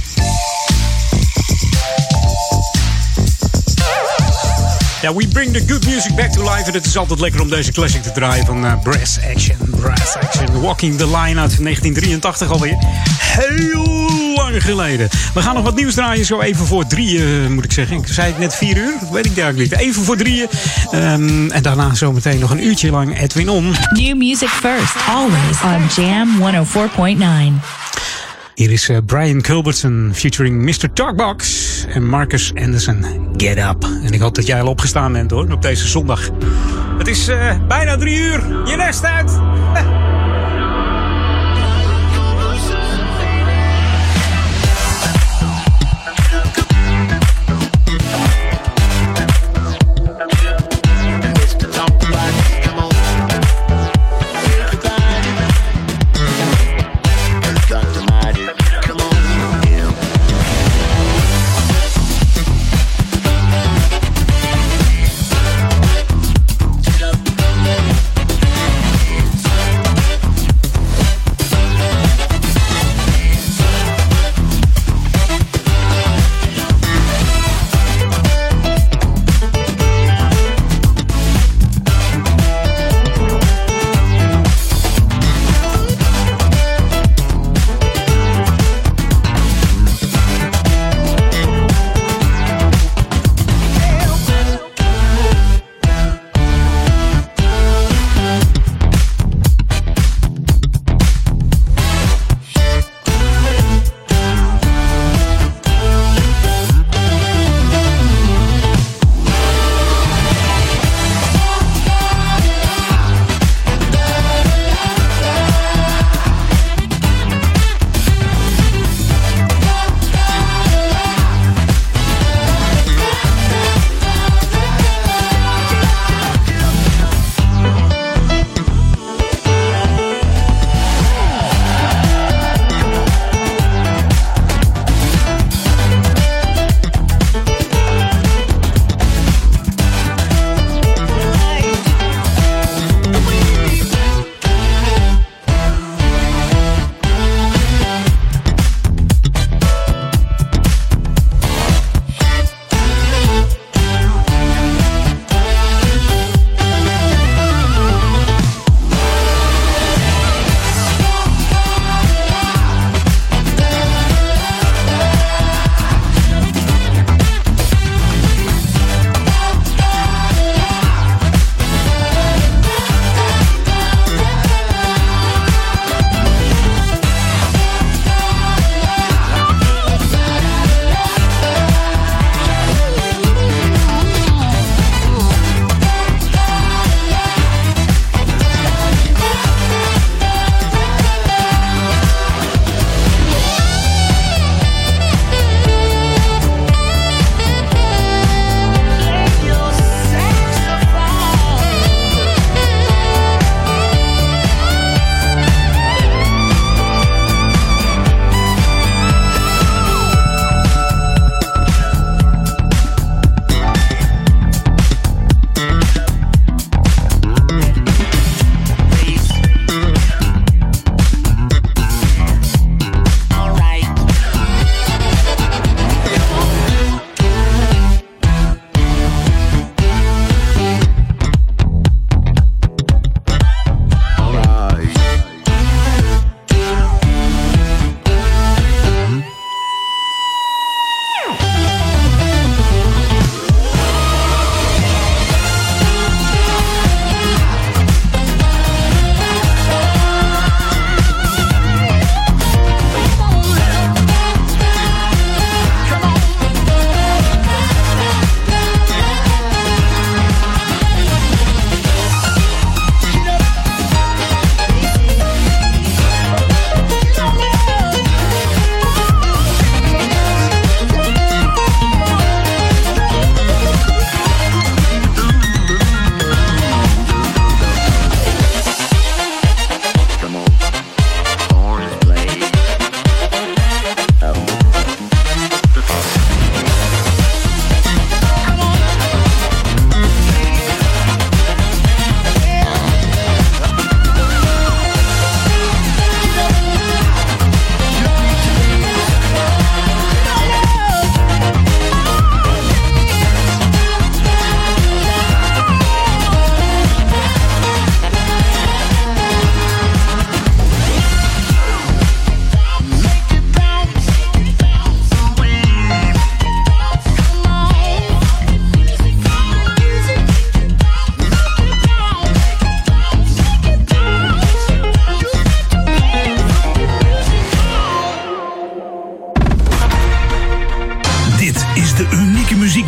Ja, we bring the good music back to life. En het is altijd lekker om deze classic te draaien van uh, Brass Action. Brass Action, Walking the Line uit negentien drieëntachtig alweer. Heel lang geleden. We gaan nog wat nieuws draaien, zo even voor drieën, moet ik zeggen. Ik zei het net vier uur, weet ik eigenlijk niet. Even voor drieën. Um, en daarna zometeen nog een uurtje lang Edwin On. New music first, always on Jam honderdvier komma negen. Hier is uh, Brian Culbertson featuring mister Talkbox en Marcus Anderson. Get Up. En ik hoop dat jij al opgestaan bent hoor, op deze zondag. Het is uh, bijna drie uur. Je nest uit. Come on.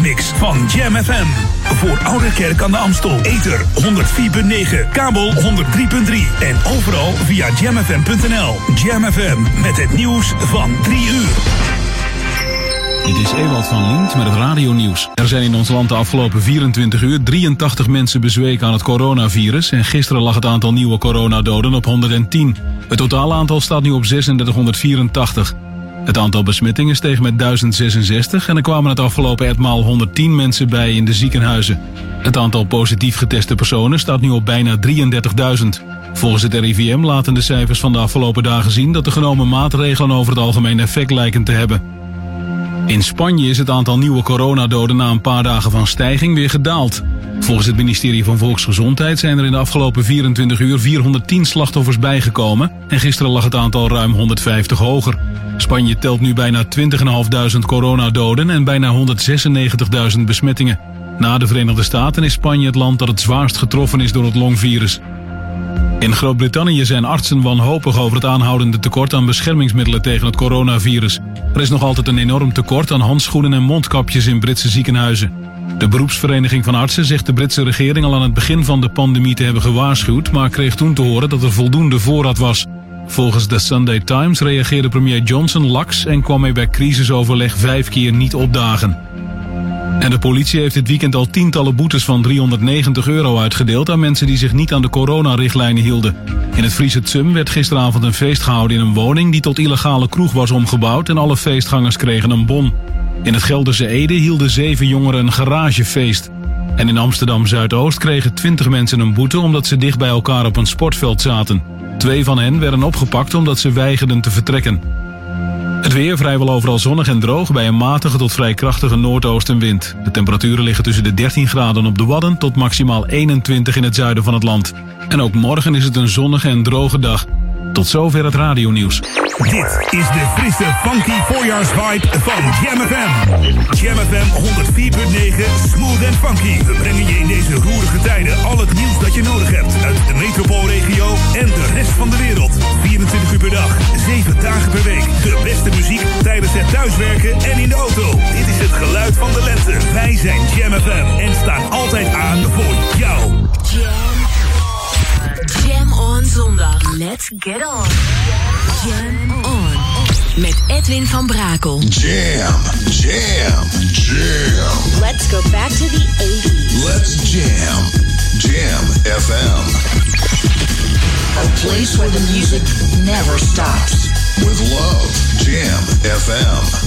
ochtendmix van Jam F M. Voor Ouderkerk aan de Amstel. Ether honderd vier komma negen, kabel honderd drie komma drie en overal via jam f m punt n l. Jam F M met het nieuws van drie uur. Dit is Ewald van Lint met het radionieuws. Er zijn in ons land de afgelopen vierentwintig uur drieëntachtig mensen bezweken aan het coronavirus en gisteren lag het aantal nieuwe coronadoden op honderdtien. Het totale aantal staat nu op drieduizend Het aantal besmettingen steeg met duizend zesenzestig en er kwamen het afgelopen etmaal honderdtien mensen bij in de ziekenhuizen. Het aantal positief geteste personen staat nu op bijna drieëndertigduizend. Volgens het R I V M laten de cijfers van de afgelopen dagen zien dat de genomen maatregelen over het algemeen effect lijken te hebben. In Spanje is het aantal nieuwe coronadoden na een paar dagen van stijging weer gedaald. Volgens het ministerie van Volksgezondheid zijn er in de afgelopen vierentwintig uur vierhonderdtien slachtoffers bijgekomen en gisteren lag het aantal ruim honderdvijftig hoger. Spanje telt nu bijna twintigduizend coronadoden en bijna honderdzesennegentigduizend besmettingen. Na de Verenigde Staten is Spanje het land dat het zwaarst getroffen is door het longvirus. In Groot-Brittannië zijn artsen wanhopig over het aanhoudende tekort aan beschermingsmiddelen tegen het coronavirus. Er is nog altijd een enorm tekort aan handschoenen en mondkapjes in Britse ziekenhuizen. De beroepsvereniging van artsen zegt de Britse regering al aan het begin van de pandemie te hebben gewaarschuwd, maar kreeg toen te horen dat er voldoende voorraad was. Volgens de Sunday Times reageerde premier Johnson laks en kwam hij bij crisisoverleg vijf keer niet opdagen. En de politie heeft dit weekend al tientallen boetes van driehonderdnegentig euro uitgedeeld aan mensen die zich niet aan de coronarichtlijnen hielden. In het Friese Tsum werd gisteravond een feest gehouden in een woning die tot illegale kroeg was omgebouwd en alle feestgangers kregen een bon. In het Gelderse Ede hielden zeven jongeren een garagefeest. En in Amsterdam-Zuidoost kregen twintig mensen een boete omdat ze dicht bij elkaar op een sportveld zaten. Twee van hen werden opgepakt omdat ze weigerden te vertrekken. Het weer vrijwel overal zonnig en droog bij een matige tot vrij krachtige noordoostenwind. De temperaturen liggen tussen de dertien graden op de Wadden tot maximaal eenentwintig in het zuiden van het land. En ook morgen is het een zonnige en droge dag. Tot zover het radionieuws. Dit is de frisse, funky voorjaarsvibe van Jam F M. Jam F M honderd vier komma negen, smooth en funky. We brengen je in deze roerige tijden al het nieuws dat je nodig hebt. Uit de metropoolregio en de rest van de wereld. vierentwintig uur per dag, zeven dagen per week. De beste muziek tijdens het thuiswerken en in de auto. Dit is het geluid van de lente. Wij zijn Jam F M en staan altijd aan voor jou. Jam. Jam on zondag. Let's get on. Jam on. Met Edwin van Brakel. Jam, jam, jam. Let's go back to the eighties. Let's jam. Jam F M. A place where the music never stops. With love, Jam F M.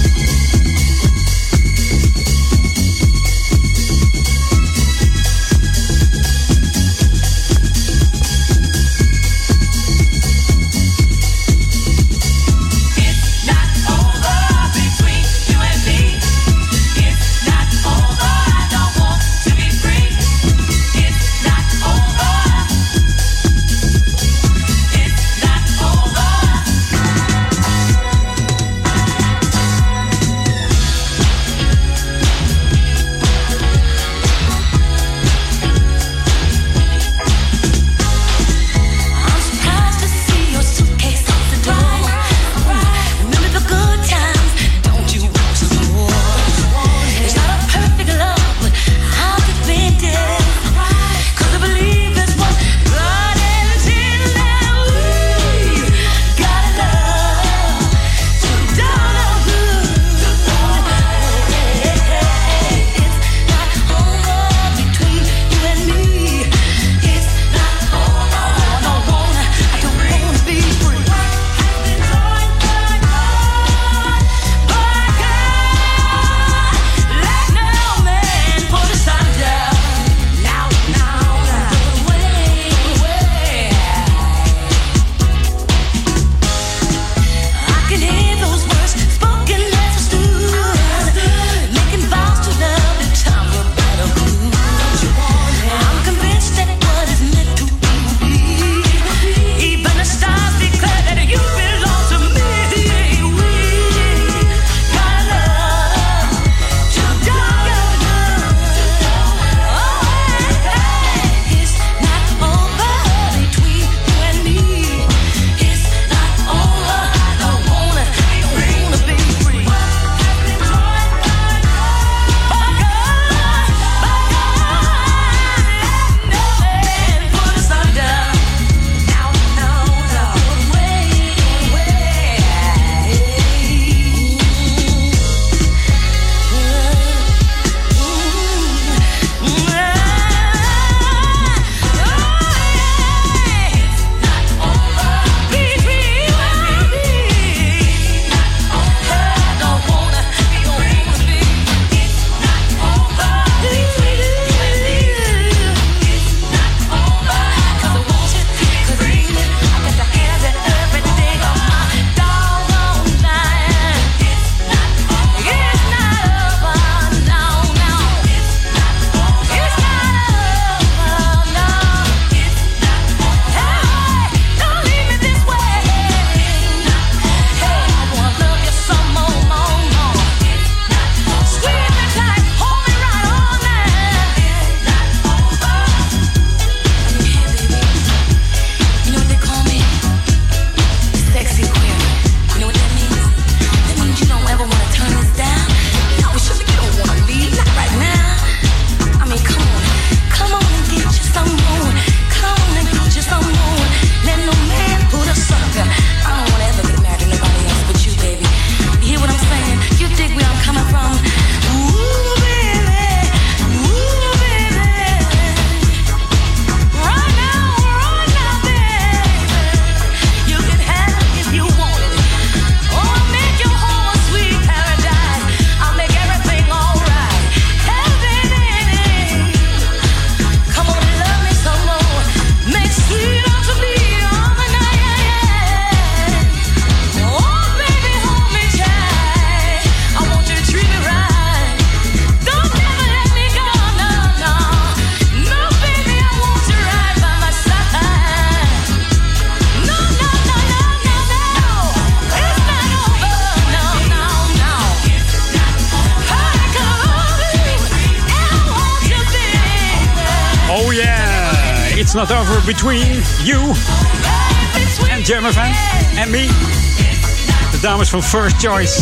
It's not over between you and Jam F M and me. De dames van First Choice.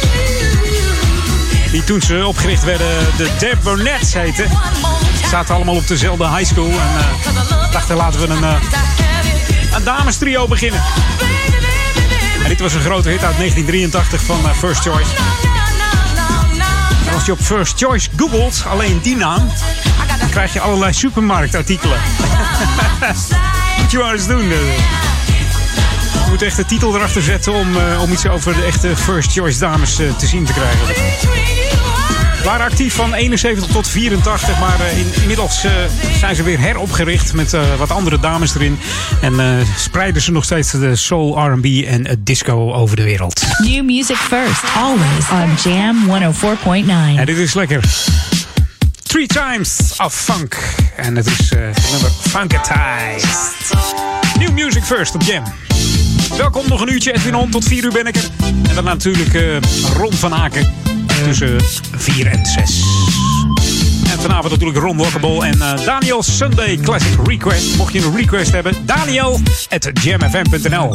Die toen ze opgericht werden de Debonettes heten. Zaten allemaal op dezelfde high school. En uh, dachten laten we een, uh, een dames trio beginnen. En dit was een grote hit uit negentien drieëntachtig van uh, First Choice. En als je op First Choice googelt, alleen die naam, dan krijg je allerlei supermarktartikelen. Moet je maar eens doen. Uh. Je moet echt de titel erachter zetten om, uh, om iets over de echte First Choice dames uh, te zien te krijgen. We waren actief van eenenzeventig tot vierentachtig, maar uh, in, inmiddels uh, zijn ze weer heropgericht met uh, wat andere dames erin. En uh, spreiden ze nog steeds de soul, R and B en uh, disco over de wereld. New music first, always on Jam honderdvier komma negen. En dit is lekker. Three Times of Funk. En het is uh, het nummer Funkatized. New music first op Jam. Welkom, nog een uurtje Edwin On, tot vier uur ben ik er. En dan natuurlijk uh, Ron van Aken tussen vier en zes. En vanavond natuurlijk Ron Walkable en uh, Daniel Sunday Classic Request. Mocht je een request hebben, Daniel at jam f m punt n l.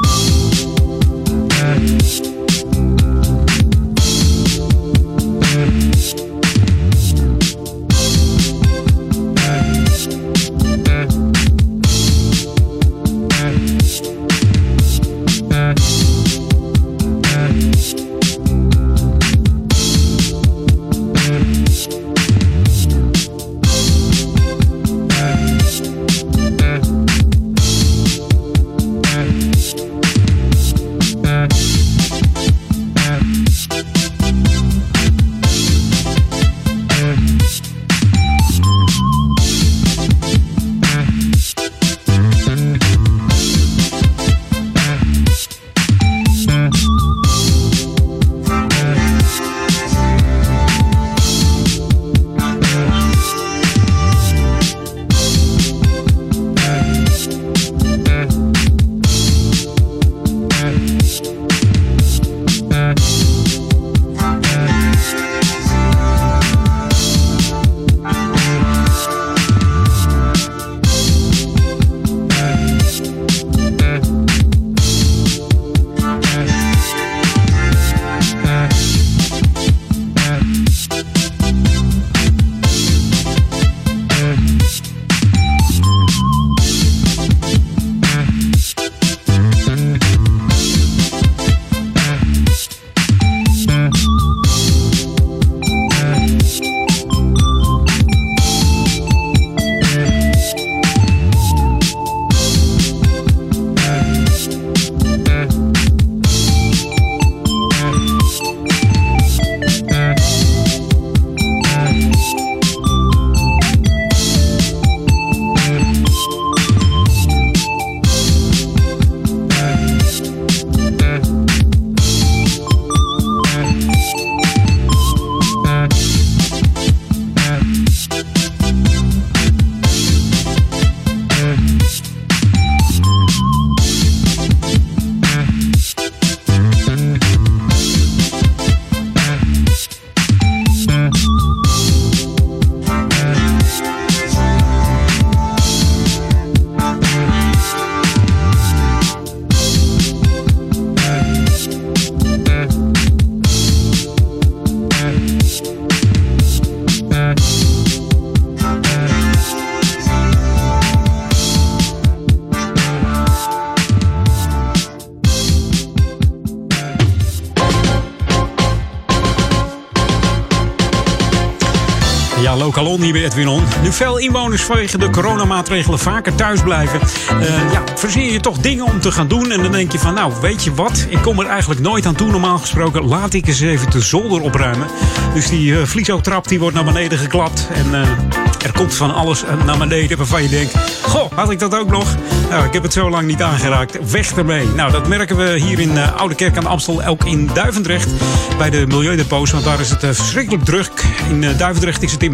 Lokalon hier bij Edwin On. Nu veel inwoners vanwege de coronamaatregelen vaker thuis blijven. Uh, ja, verzin je toch dingen om te gaan doen. En dan denk je van, nou, weet je wat? Ik kom er eigenlijk nooit aan toe. Normaal gesproken laat ik eens even de zolder opruimen. Dus die uh, vliesotrap die wordt naar beneden geklapt. En uh, er komt van alles naar beneden waarvan je denkt, goh, had ik dat ook nog? Nou, ik heb het zo lang niet aangeraakt. Weg ermee. Nou, dat merken we hier in uh, Oude Kerk aan de Amstel. Ook in Duivendrecht bij de Milieudepots. Want daar is het uh, verschrikkelijk druk. In uh, Duivendrecht is het inmiddels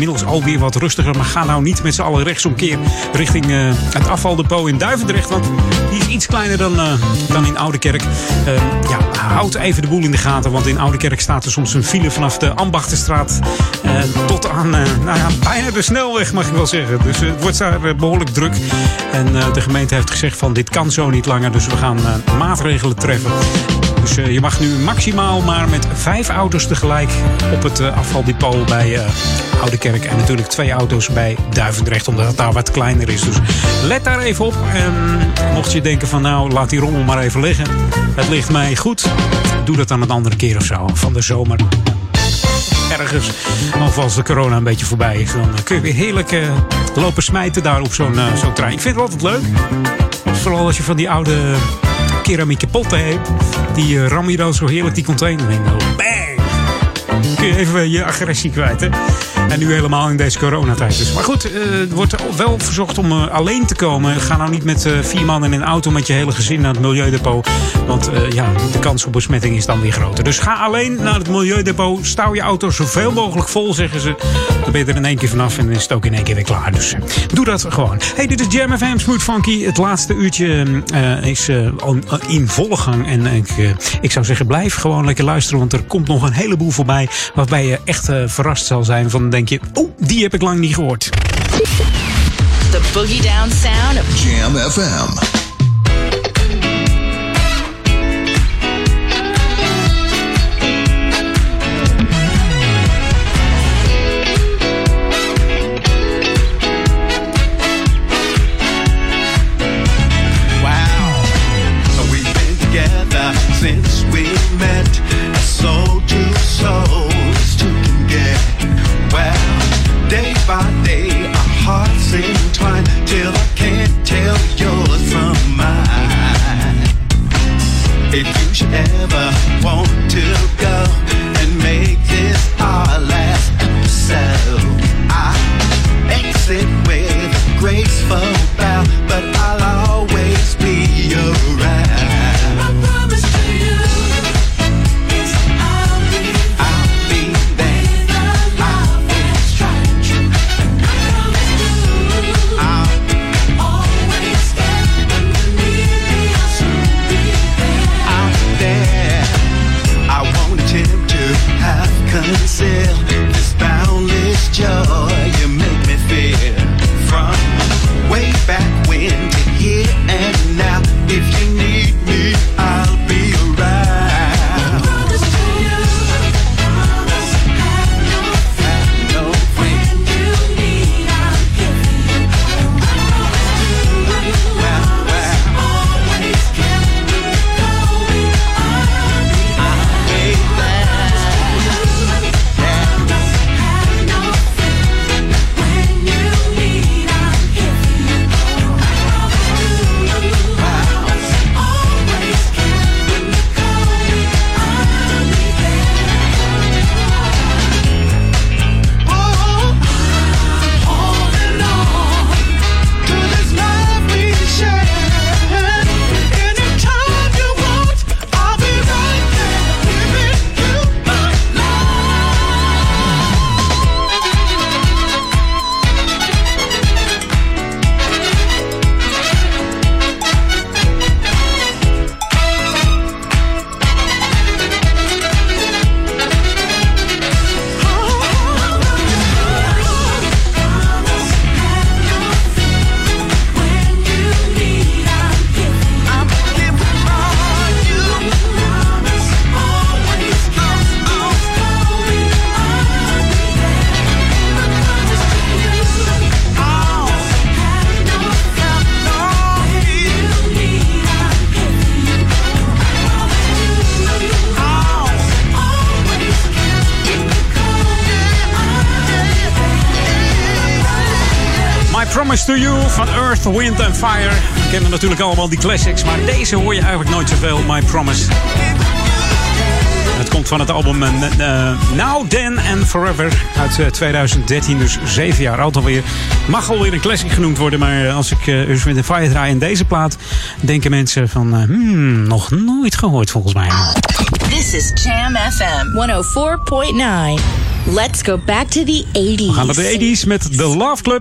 inmiddels alweer wat rustiger. Maar ga nou niet met z'n allen rechtsomkeer richting uh, het afvaldepot in Duivendrecht. Want die is iets kleiner dan, uh, dan in Oudekerk. Uh, ja, houd even de boel in de gaten. Want in Oudekerk staat er soms een file vanaf de Ambachtenstraat uh, tot aan uh, nou ja, bijna de snelweg, mag ik wel zeggen. Dus uh, het wordt daar uh, behoorlijk druk. En uh, de gemeente heeft gezegd van dit kan zo niet langer. Dus we gaan uh, maatregelen treffen. Dus uh, je mag nu maximaal maar met vijf auto's tegelijk op het uh, afvaldepot bij uh, Oudekerk. En natuurlijk twee auto's bij Duivendrecht, omdat het daar wat kleiner is. Dus let daar even op. En mocht je denken van nou, laat die rommel maar even liggen. Het ligt mij goed. Doe dat dan een andere keer of zo. Van de zomer. Ergens. Of als de corona een beetje voorbij is. Dan kun je weer heerlijk uh, lopen smijten daar op zo'n uh, zo'n trein. Ik vind het altijd leuk. Vooral als je van die oude keramieke potten hebt. Die uh, ram je dan zo heerlijk die container in. Bang! Kun je even je agressie kwijt, hè? En nu helemaal in deze coronatijd. Dus. Maar goed, uh, er wordt wel verzocht om uh, alleen te komen. Ga nou niet met uh, vier man in een auto met je hele gezin naar het Milieudepot. Want uh, ja, de kans op besmetting is dan weer groter. Dus ga alleen naar het Milieudepot. Stouw je auto zoveel mogelijk vol, zeggen ze. Dan ben je er in één keer vanaf en dan is het ook in één keer weer klaar. Dus uh, doe dat gewoon. Hey, dit is Jam F M Smooth Funky. Het laatste uurtje uh, is uh, in volle gang. En uh, ik, uh, ik zou zeggen, blijf gewoon lekker luisteren. Want er komt nog een heleboel voorbij. Waarbij je echt uh, verrast zal zijn van denk je, oh, die heb ik lang niet gehoord. The Boogie Down sound of Jam F M. Since we met, soul to soul, to get well. Day by day, our hearts entwine till I can't tell yours from mine. If you should ever want to go and make this our last episode, I exit with a graceful bow, but I'll always be around. Conceal this boundless joy you make me feel. From way back when to here and now. If you need me, I'll be around. Promise to you, promise have no fear. No when you need, I'll give you. I promise to you, promise always keep me going. I'll be there. Promise to You van Earth, Wind and Fire. We kennen natuurlijk allemaal die classics, maar deze hoor je eigenlijk nooit zoveel. My Promise. Het komt van het album uh, uh, Now, Then and Forever uit uh, twintig dertien, dus zeven jaar oud alweer. Mag alweer een classic genoemd worden, maar als ik uh, Earth, Wind and Fire draai in deze plaat, denken mensen van, uh, hmm, nog nooit gehoord volgens mij. This is Jam F M one oh four point nine. Let's go back to the eighties. We gaan naar de eighties met The Love Club.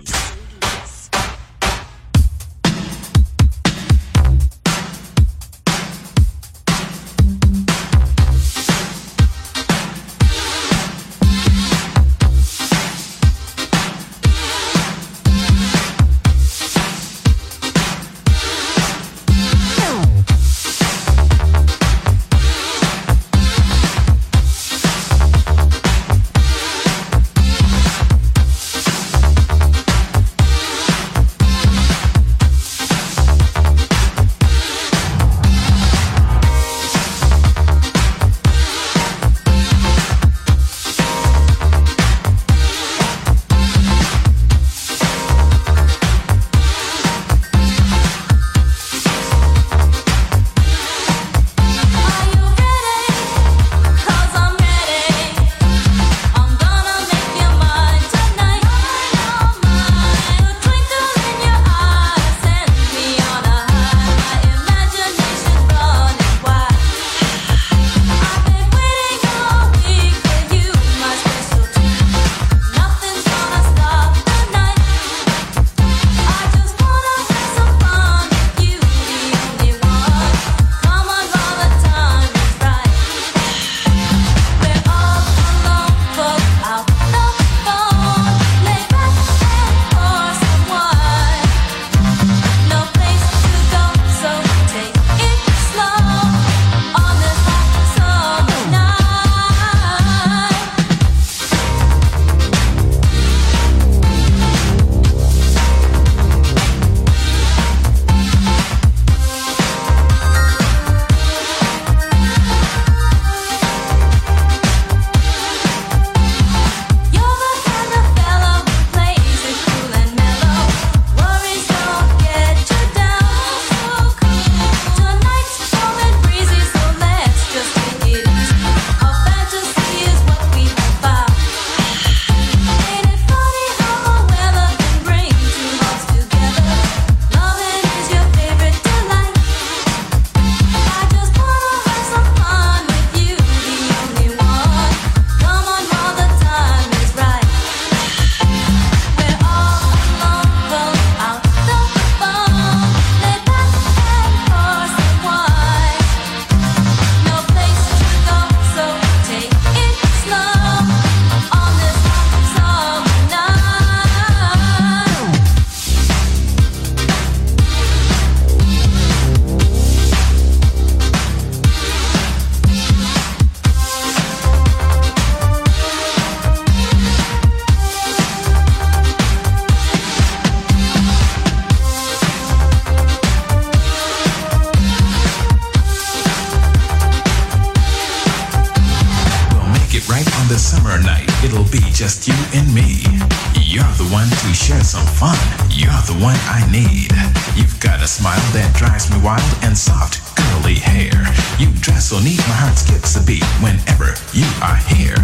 Just you and me. You're the one to share some fun. You're the one I need. You've got a smile that drives me wild and soft, curly hair. You dress so neat, my heart skips a beat whenever you are here.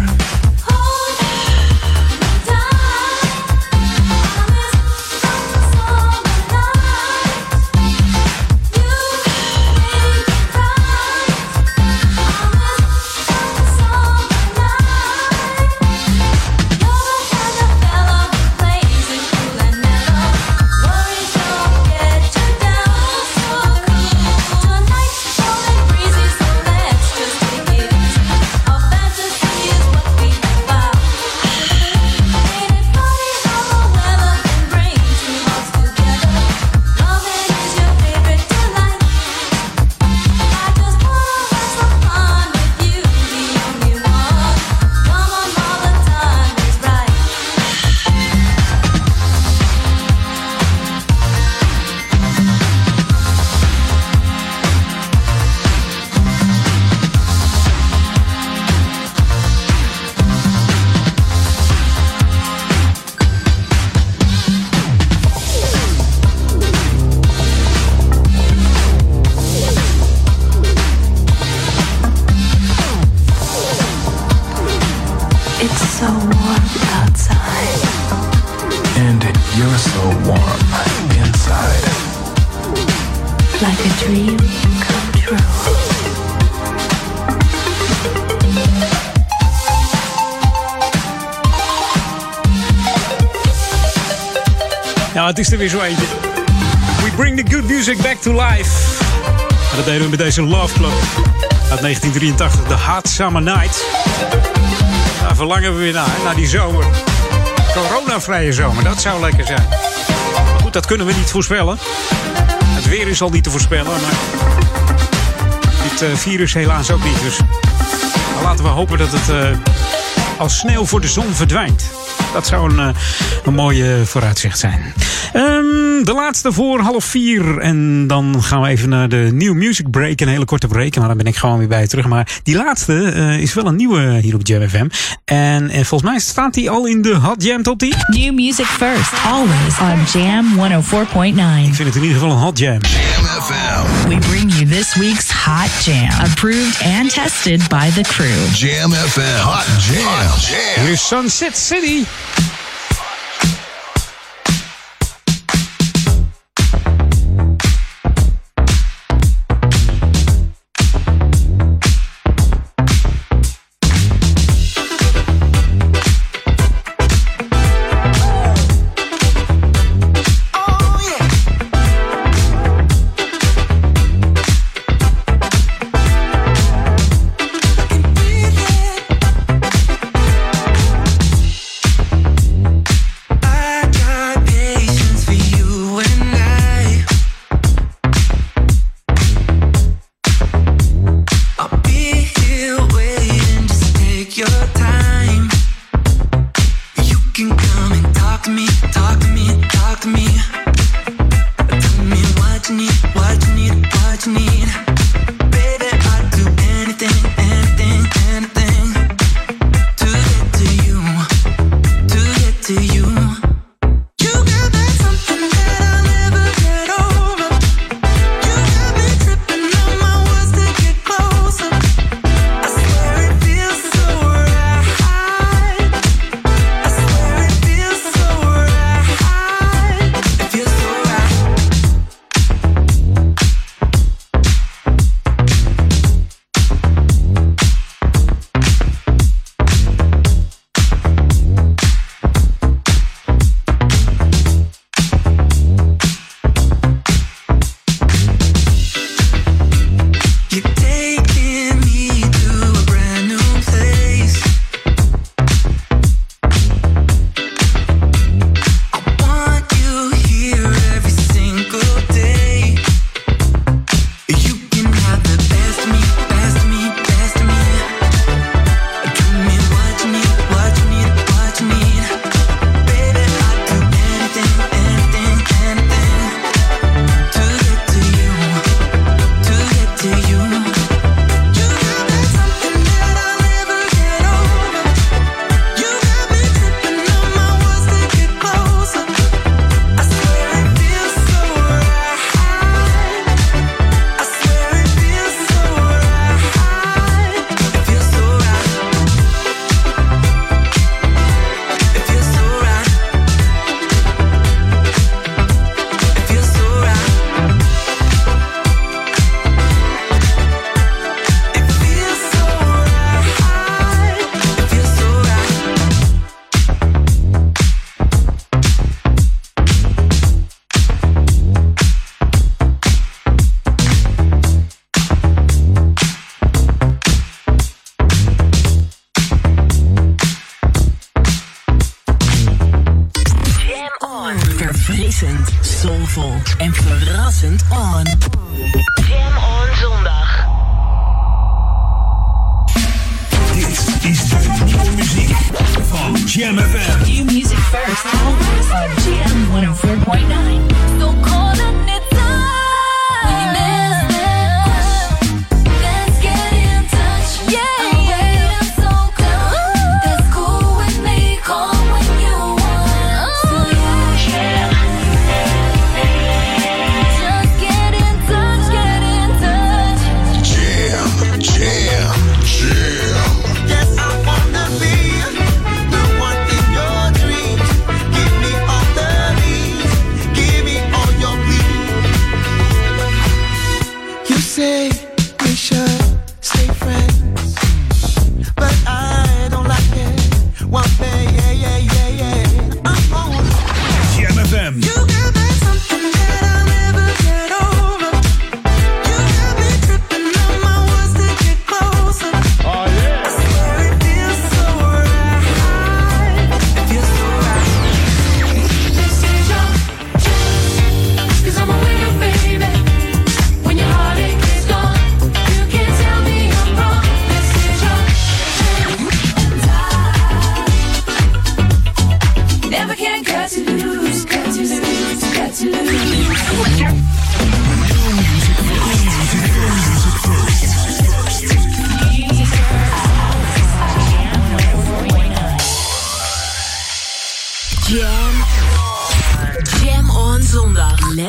Like a dream come true. Ja, het is er weer zo eentje. We bring the good music back to life. En dat deden we met deze Love Club uit negentien drieëntachtig, The Hot Summer Night. Daar verlangen we weer naar, naar die zomer. Coronavrije zomer, dat zou lekker zijn. Maar goed, dat kunnen we niet voorspellen. Het weer is al niet te voorspellen, maar dit uh, virus helaas ook niet. Dus laten we hopen dat het uh, als sneeuw voor de zon verdwijnt. Dat zou een, uh, een mooie vooruitzicht zijn. Um, de laatste voor half vier. En dan gaan we even naar de New Music Break. Een hele korte break. Maar dan ben ik gewoon weer bij je terug. Maar die laatste uh, is wel een nieuwe hier op Jam F M. En, en volgens mij staat die al in de Hot Jam Top tien. New music first, always on Jam honderdvier komma negen. Ik vind het in ieder geval een Hot Jam. Jam F M. We bring you this week's Hot Jam. Approved and tested by the crew. Jam F M. Hot Jam. Hot Jam. Hier is Sunset City. Verfrissend, soulvol en verrassend on. Jam on zondag. Dit is de nieuwe muziek van Jam F M. New music first, always on Jam honderdvier komma negen. So cold and it's time. When you miss it, let's get in touch. Yeah, I'm waiting so cold. That's cool with me. Call when you want. So yeah, just get in touch, get in touch. Jam, jam, jam. Yes, I wanna be the one in your dreams. Give me all the leads. Give me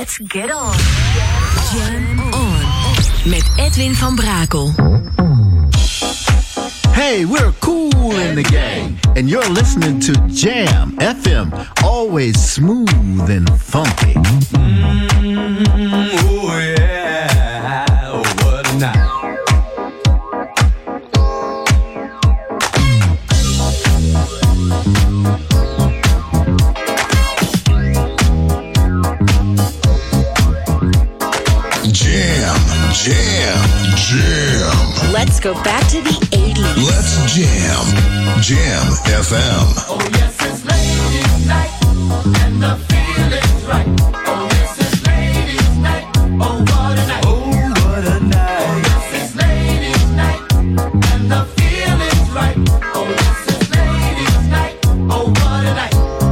Let's get on. Jam on. Met Edwin van Brakel. Hey, we're cool in the gang, and you're listening to Jam F M, always smooth and funky. Mm, oh yeah, oh, what a night. Jam, jam, jam. Let's go back to the eighties. Let's jam. Jam F M. Oh yes, it's ladies' night, and the feeling's right. Oh yes, it's ladies' night. Oh what a night. Oh what a night. Oh yes, it's ladies' night, and the feeling's right. Oh yes, it's ladies' night. Oh what a night.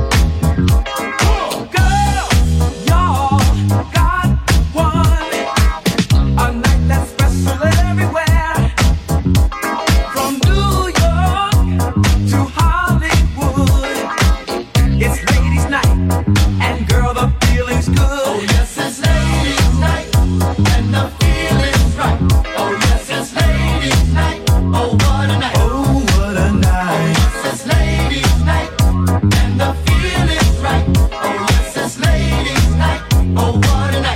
Oh, girls, y'all got one. A night that's special everywhere. From New York to Hollywood, it's ladies' night, and girl, the feeling's good. Oh yes, it's ladies' night, and the feeling's right. Oh yes, it's ladies' night. Oh what a night. Oh what a night. Oh yes, it's ladies' night, and the feeling's right. Oh yes, it's ladies' night. Oh what a night.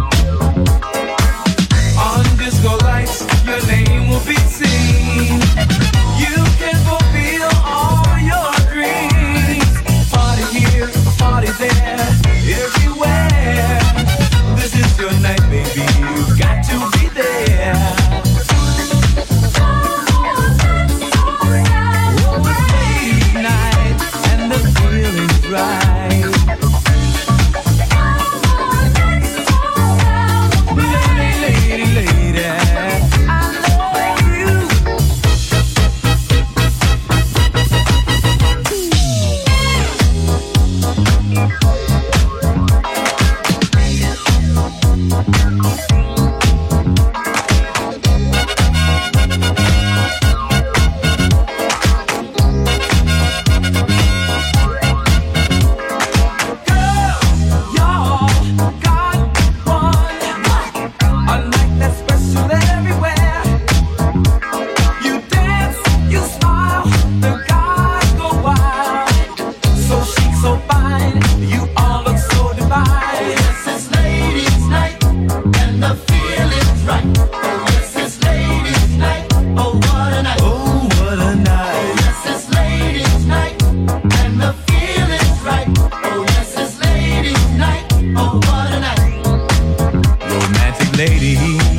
On disco lights, your name will be seen. You can fulfill all your dreams. Party here, party there, everywhere. This is your night, baby. You've got to be there. Oh, it's ladies' night, and the feeling's right. Lady, lady, lady, I love you. Y'all got one. A night that's special everywhere. You dance, you smile, the guys go wild. So chic, so fine, you all look so divine. Oh yes, it's ladies' night, and the feeling's right. Oh yes, it's ladies' night. Oh what a night. Oh what a night. Oh yes, it's ladies' night, and the feeling's right. Oh yes, it's ladies' night. Oh what a night. Romantic lady,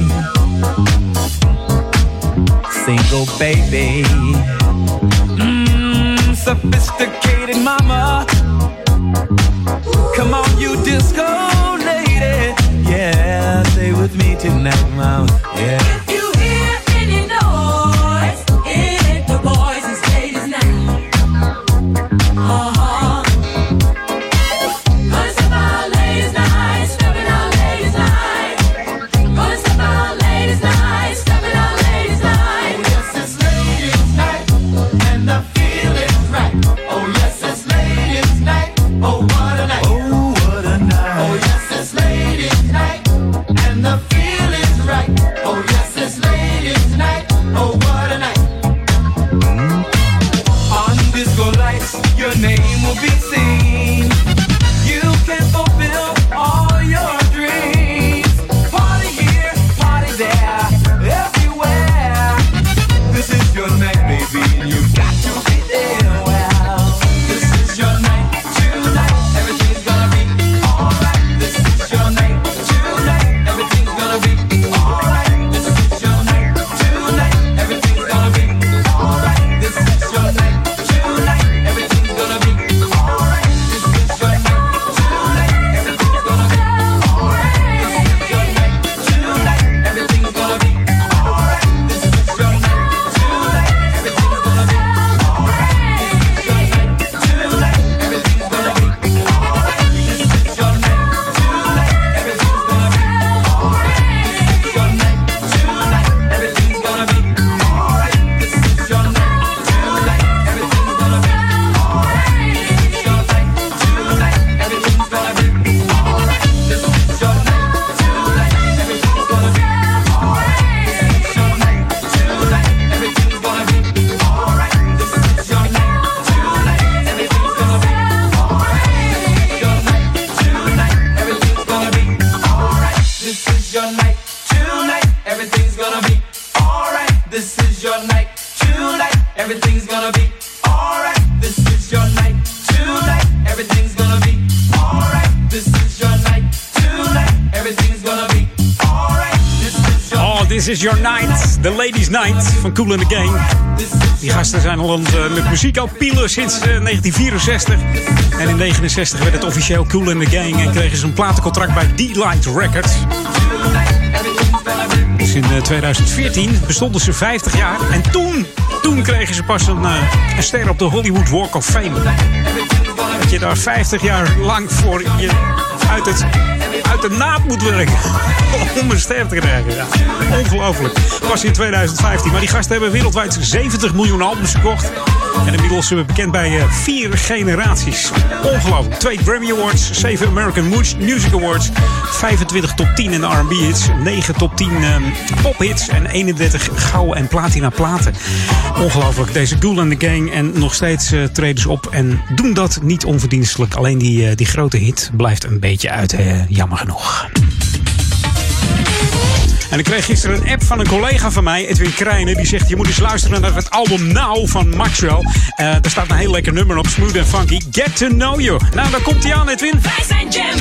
single baby, mm, sophisticated mama. Come on, you disco lady, yeah, stay with me tonight, mama. Yeah. If you hear any noise, it ain't the boys, it's ladies' night. Uh-huh. Gonna step out ladies' night, stepping out ladies' night. Gonna step out ladies' night, stepping out ladies' night. Oh yes, it's ladies' night, and the feeling's right. Oh yes. Everything's gonna be alright. This is your night tonight. Everything's gonna be alright. This is your night tonight. Everything's gonna be alright. This is your Oh, This is Your Night. The Ladies Night van Kool and the Gang. Die gasten zijn al uh, met muziek al pielen sinds uh, negentien vierenzestig. En in negenenzestig werd het officieel Kool and the Gang. En kregen ze een platencontract bij D-Light Records. Dus in uh, tweeduizend veertien bestonden ze vijftig jaar. En toen, toen kregen ze pas een, uh, een ster op de Hollywood Walk of Fame. Dat je daar vijftig jaar lang voor je uit, het, uit de naad moet werken. Om een ster te krijgen. Ja. Ongelooflijk. Pas in tweeduizend vijftien. Maar die gasten hebben wereldwijd zeventig miljoen albums gekocht. En inmiddels zijn we bekend bij uh, vier generaties. Ongelooflijk. Twee Grammy Awards, zeven American Music Awards, vijfentwintig top tien in de R en B hits, negen top tien um, pophits en eenendertig gouden en platina platen. Ongelooflijk. Deze Kool and the Gang. En nog steeds uh, treden ze op en doen dat niet onverdienstelijk. Alleen die, uh, die grote hit blijft een beetje uit. Uh, jammer genoeg. En ik kreeg gisteren een app van een collega van mij, Edwin Krijnen. Die zegt, je moet eens luisteren naar het album Now van Maxwell. Uh, daar staat een heel lekker nummer op, smooth and funky. Get to know you. Nou, daar komt hij aan, Edwin. Wij zijn Jam.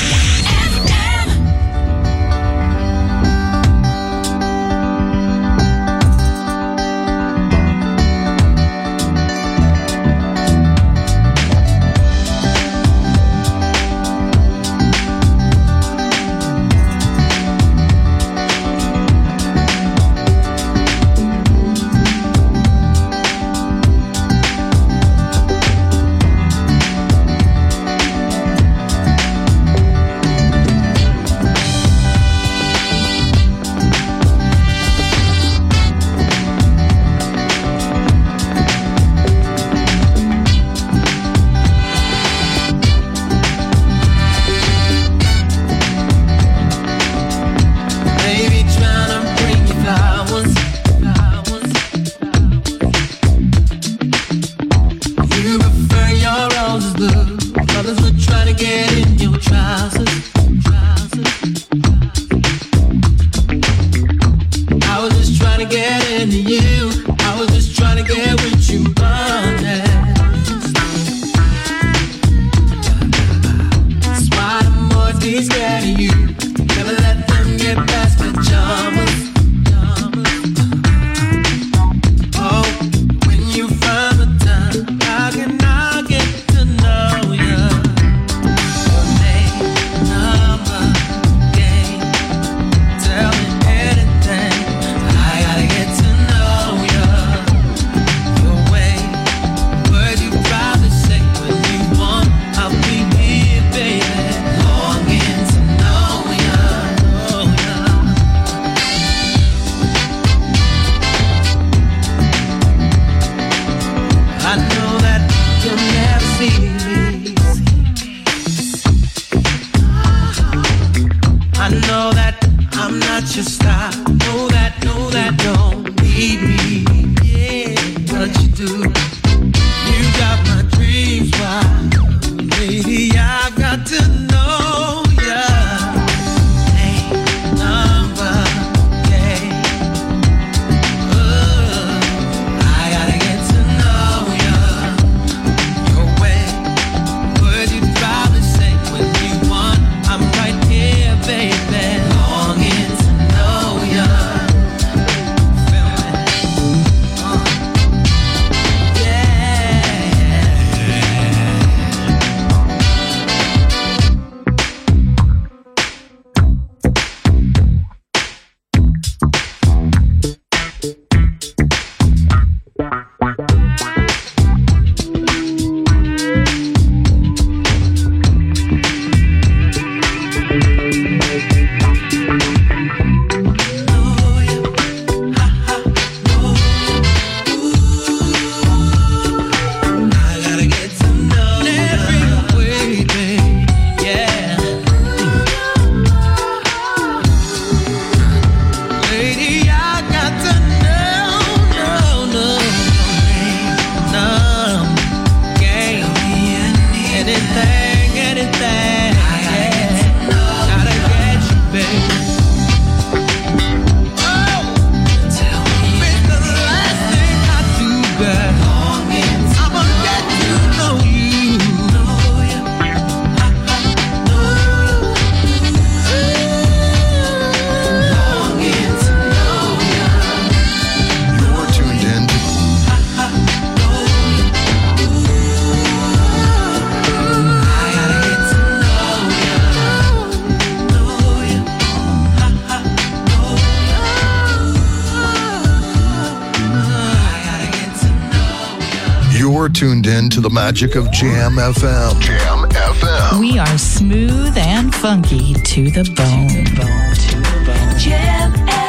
You're tuned in to the magic of Jam F M. Jam F M. We are smooth and funky to the bone. bone, to the bone. Jam F M.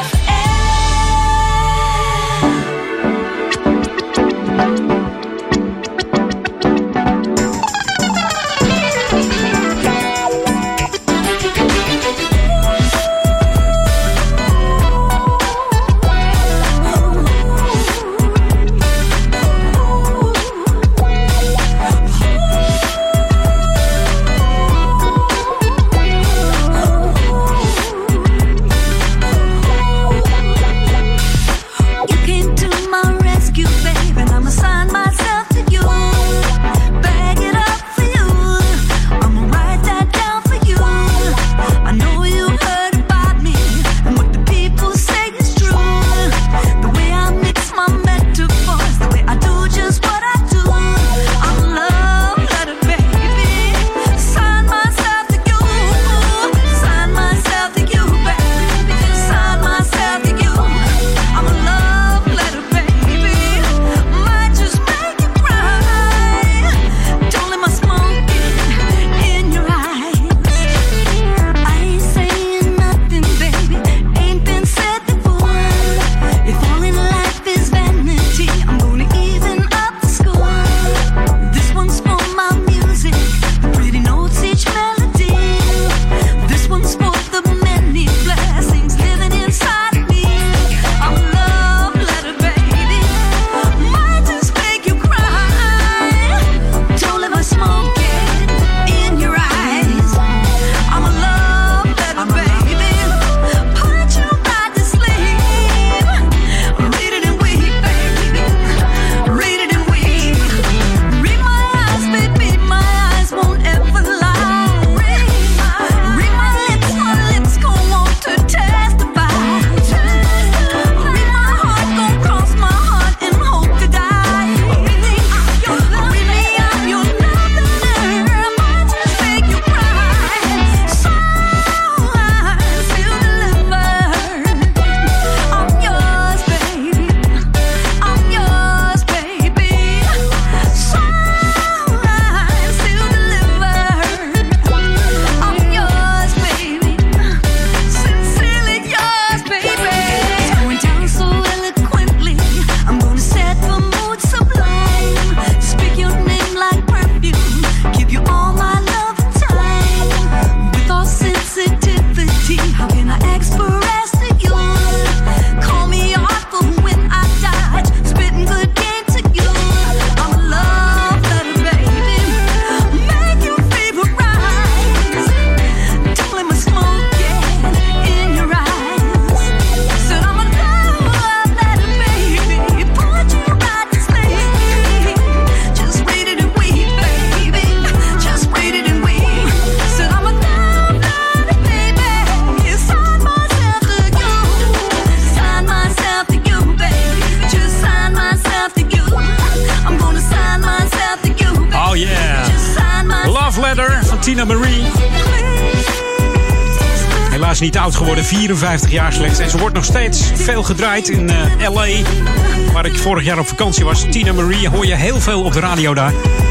Helaas niet oud geworden, vierenvijftig jaar slechts. En ze wordt nog steeds veel gedraaid in uh, L A, waar ik vorig jaar op vakantie was. Tina Marie hoor je heel veel op de radio daar.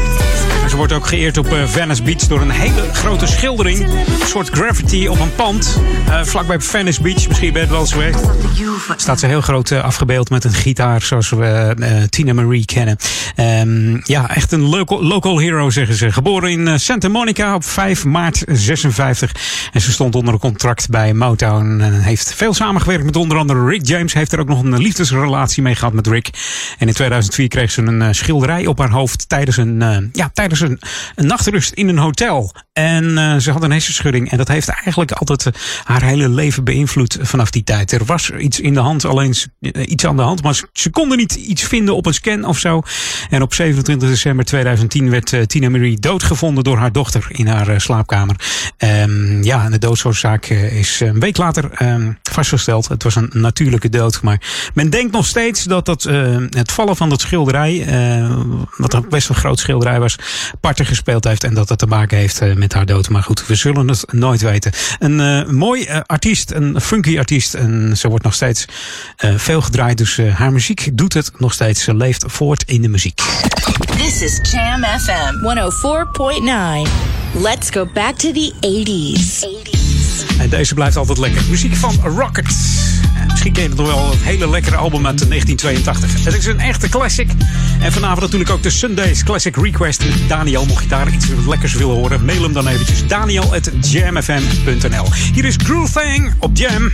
En ze wordt ook geëerd op uh, Venice Beach door een hele grote schildering. Een soort graffiti op een pand. Uh, vlakbij Venice Beach, misschien ben je het wel eens geweest. Staat ze heel groot uh, afgebeeld met een gitaar zoals we uh, Tina Marie kennen. Um, ja, echt een local, local hero zeggen ze. Geboren in uh, Santa Monica op vijf maart zesenvijftig. En ze stond onder een contract bij Motown. En heeft veel samengewerkt met onder andere Rick James. Heeft er ook nog een liefdesrelatie mee gehad met Rick. En in tweeduizend vier kreeg ze een uh, schilderij op haar hoofd tijdens een, uh, ja, tijdens een, een nachtrust in een hotel. En uh, ze had een hersenschudding. En dat heeft eigenlijk altijd uh, haar hele leven beïnvloed vanaf die tijd. Er was iets in de hand, alleen uh, iets aan de hand. Maar ze, ze konden niet iets vinden op een scan of zo. En op zevenentwintig december tweeduizend tien werd uh, Tina Marie doodgevonden door haar dochter in haar uh, slaapkamer. Um, ja, en de doodsoorzaak uh, is een week later um, vastgesteld. Het was een natuurlijke dood. Maar men denkt nog steeds dat dat, uh, het vallen van dat schilderij, uh, wat een best een groot schilderij was, parten gespeeld heeft en dat het te maken heeft uh, met haar dood. Maar goed, we zullen het nooit weten. Een uh, mooi uh, artiest, een funky artiest. En ze wordt nog steeds uh, veel gedraaid. Dus uh, haar muziek doet het nog steeds. Ze leeft voort in de muziek. This is Jam F M honderdvier komma negen. Let's go back to the eighties. En deze blijft altijd lekker. Muziek van Rocket. En misschien ken je nog wel het hele lekkere album uit negentien tweeëntachtig. Het is een echte classic. En vanavond natuurlijk ook de Sundays Classic Request met Daniel. Mocht je daar iets lekkers willen horen, mail hem dan eventjes. Daniel at jam f m punt n l. Hier is Groove Thing op Jam.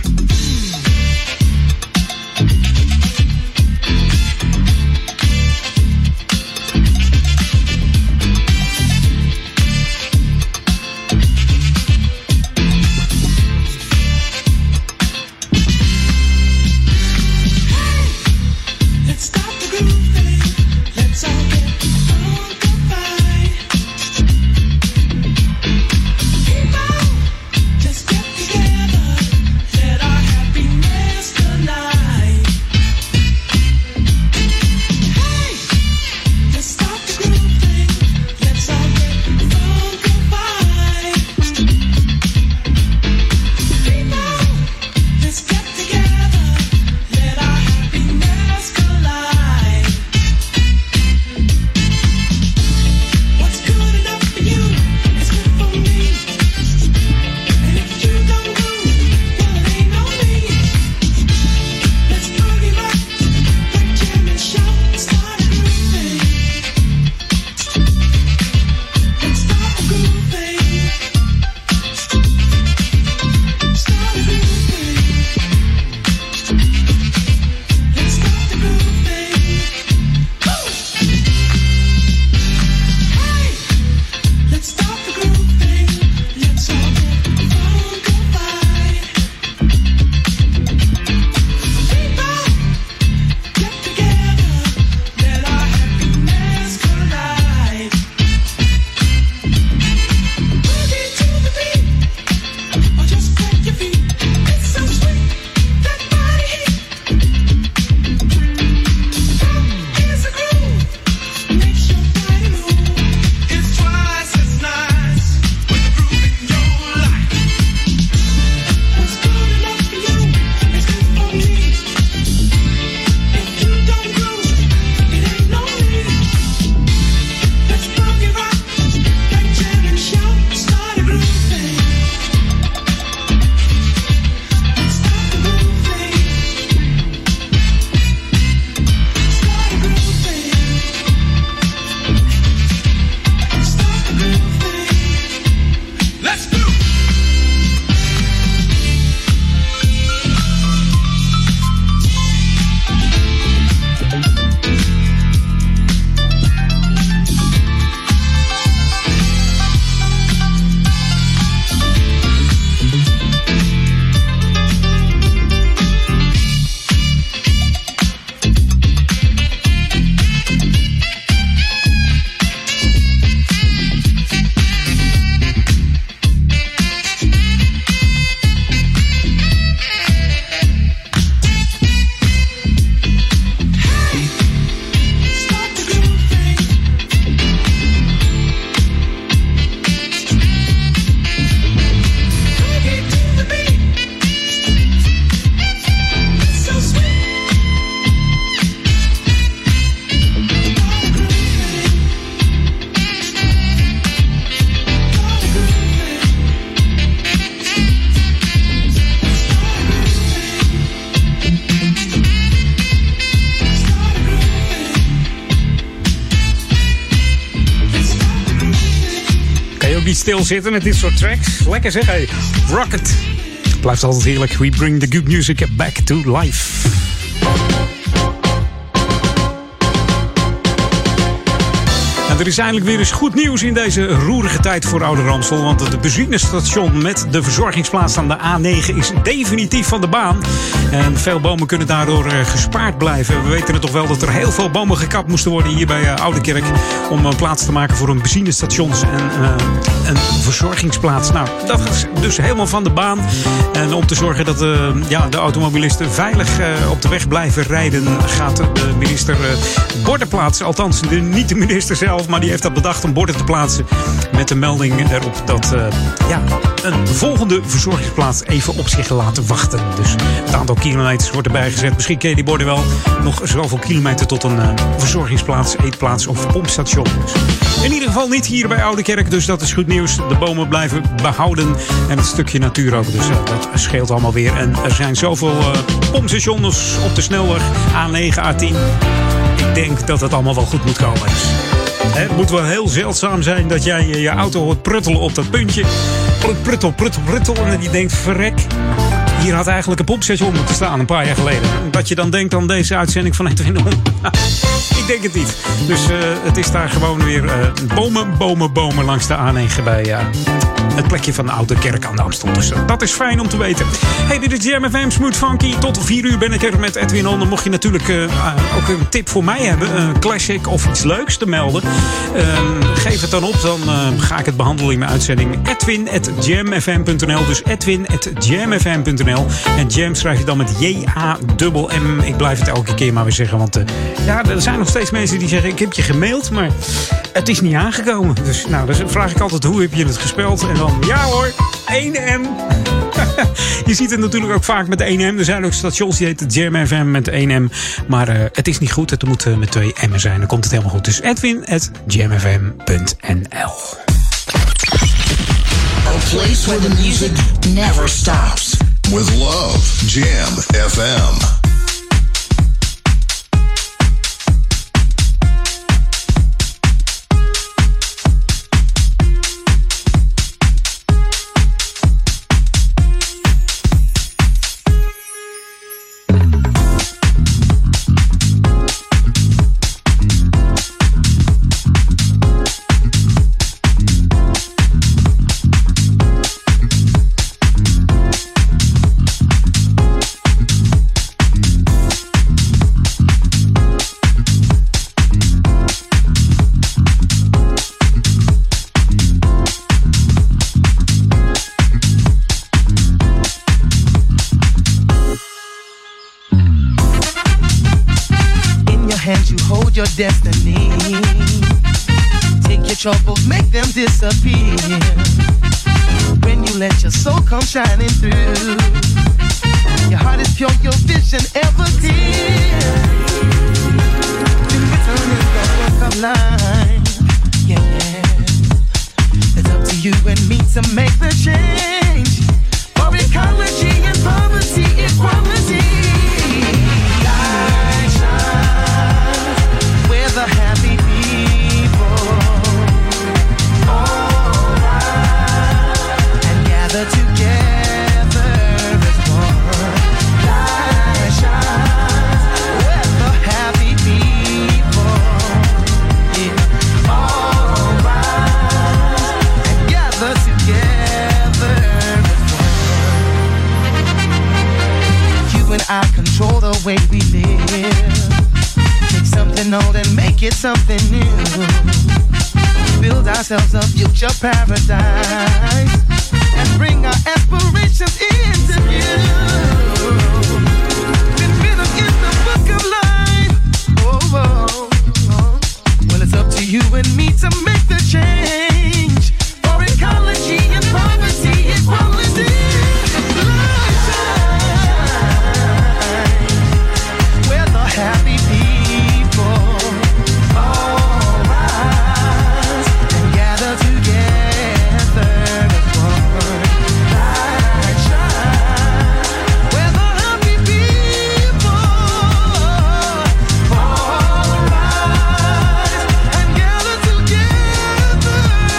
niet stilzitten met dit soort tracks. Lekker zeg, hey. Rocket. Blijft altijd heerlijk. We bring the good music back to life. En er is eindelijk weer eens goed nieuws in deze roerige tijd voor Ouder Ramstel. Want het benzinestation met de verzorgingsplaats aan de A negen is definitief van de baan. En veel bomen kunnen daardoor uh, gespaard blijven. We weten het toch wel dat er heel veel bomen gekapt moesten worden hier bij uh, Ouderkerk. om uh, plaats te maken voor een benzinestations en uh, een verzorgingsplaats. Nou, dat is dus helemaal van de baan. En om te zorgen dat uh, ja, de automobilisten veilig uh, op de weg blijven rijden, gaat de minister uh, borden plaatsen. Althans, de, niet de minister zelf, maar die heeft dat bedacht om borden te plaatsen. Met de melding erop dat uh, ja, een volgende verzorgingsplaats even op zich laten wachten. Dus het aantal kilometers wordt erbij gezet. Misschien ken je die borden wel. Nog zoveel kilometer tot een uh, verzorgingsplaats, eetplaats of pompstation. Dus in ieder geval niet hier bij Oudekerk. Dus dat is goed nieuws. De bomen blijven behouden. En het stukje natuur ook. Dus uh, dat scheelt allemaal weer. En er zijn zoveel uh, pompstations op de snelweg. A negen, A tien. Ik denk dat het allemaal wel goed moet komen. Dus het moet wel heel zeldzaam zijn dat jij je auto hoort pruttelen op dat puntje. Pruttel, pruttel, pruttel. En je denkt, verrek. Hier had eigenlijk een pompstation moeten staan een paar jaar geleden. Dat je dan denkt aan deze uitzending van Edwin On. Ik denk het niet. Dus uh, het is daar gewoon weer uh, bomen, bomen, bomen langs de A negen bij uh, het plekje van de Oude Kerk aan de Amstel. Dus uh, dat is fijn om te weten. Hey, dit is Jam F M Smooth Funky. Tot vier uur ben ik er met Edwin On. Dan mocht je natuurlijk uh, uh, ook een tip voor mij hebben. Een classic of iets leuks te melden. Uh, geef het dan op. Dan uh, ga ik het behandelen in mijn uitzending. Edwin at jam f m punt n l. Dus Edwin at jam f m punt n l. En Jam schrijf je dan met J A M M. Ik blijf het elke keer maar weer zeggen. Want uh, ja, er zijn nog steeds mensen die zeggen, ik heb je gemaild, maar het is niet aangekomen. Dus nou, dan vraag ik altijd, hoe heb je het gespeld? En dan, ja hoor, één M. Je ziet het natuurlijk ook vaak met één M. Er zijn ook stations die heten Jam F M met één M. Maar uh, het is niet goed. Het moet uh, met twee M'en zijn. Dan komt het helemaal goed. Dus Edwin at jam f m punt n l. A place where the music never stops. With love, Jam F M. Your destiny. Take your troubles, make them disappear. When you let your soul come shining through, your heart is pure, your vision ever clear. Been written in the book of life. Yeah, yeah. It's up to you and me to make the change. For ecology and poverty, equality. The happy people, all right, and gather together as one. Light shines with the happy people, yeah, all right, and gather together as one. You and I control the way we live. Something old and make it something new. Build ourselves a future paradise and bring our aspirations into view. Been written in the book of life. Oh, oh, oh. Well, it's up to you and me to make the change for ecology and poverty equality. We're the happy people. Together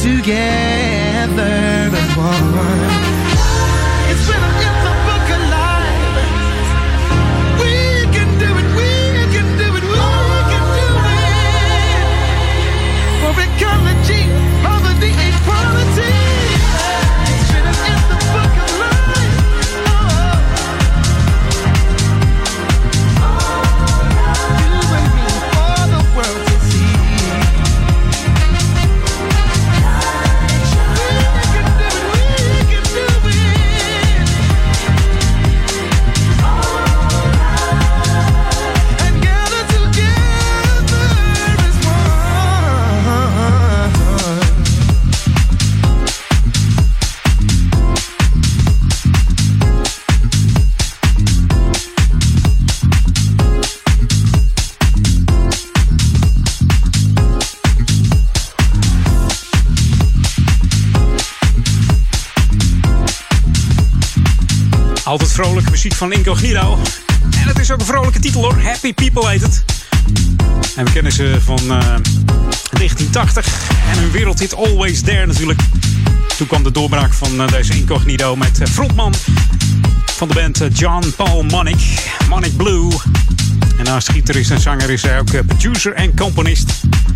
together as one. It's written in the book of life. We can do it, we can do it, we can do it. For ecology, poverty, equality. It's written in the book of life. You and me for the world to see. Altijd vrolijke muziek van Incognito. En het is ook een vrolijke titel hoor. Happy People heet het. En we kennen ze van uh, negentien tachtig. En hun wereldhit Always There natuurlijk. Toen kwam de doorbraak van uh, deze Incognito met uh, frontman van de band uh, John Paul Monick. Monick Blue. En naast gitarist en zanger is hij ook uh, producer en componist.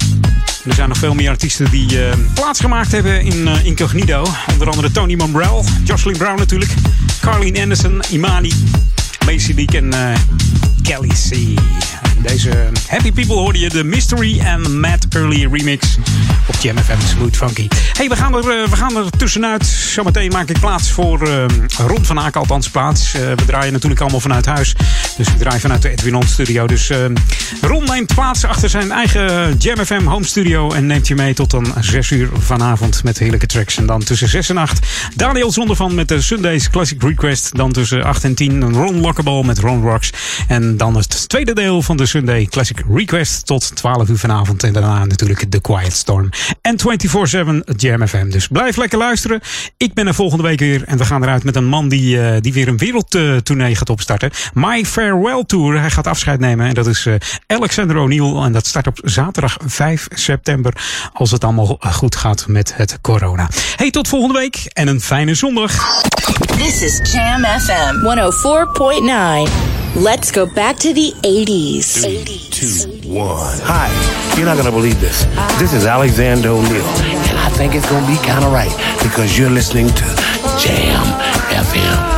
Er zijn nog veel meer artiesten die uh, plaatsgemaakt hebben in uh, Incognito. Onder andere Tony Momrelle, Jocelyn Brown natuurlijk, Carleen Anderson, Imani, Macy Leak en uh, Kelly C. In deze Happy People hoorde je de Mystery and Matt Early remix op Jam F M Smooth Funky. Hey, we gaan er, uh, we gaan er tussenuit. Zometeen maak ik plaats voor uh, Ron van Aken, althans plaats. Uh, we draaien natuurlijk allemaal vanuit huis. Dus we draaien vanuit de Edwin On studio. Dus uh, Ron neemt plaats achter zijn eigen Jam F M home studio en neemt je mee tot dan zes uur vanavond met heerlijke tracks. En dan tussen zes en acht Daniel Zondervan met de Sundays Classic Request. Dan tussen acht en tien Ron Lockable met Ron Rocks. En dan het tweede deel van de Sunday Classic Request tot twaalf uur vanavond. En daarna natuurlijk The Quiet Storm. En vierentwintig zeven Jam F M. Dus blijf lekker luisteren. Ik ben er volgende week weer. En we gaan eruit met een man die, uh, die weer een wereldtournee gaat opstarten. My Farewell Tour. Hij gaat afscheid nemen. En dat is uh, Alexander O'Neill. En dat start op zaterdag vijf september. Als het allemaal goed gaat met het corona. Hey, tot volgende week. En een fijne zondag. This is Jam F M one oh four point nine. Let's go back to the eighties. Three, two, one. Hi, you're not gonna believe this. This is Alexander O'Neill, and I think it's gonna be kind of right because you're listening to Jam F M.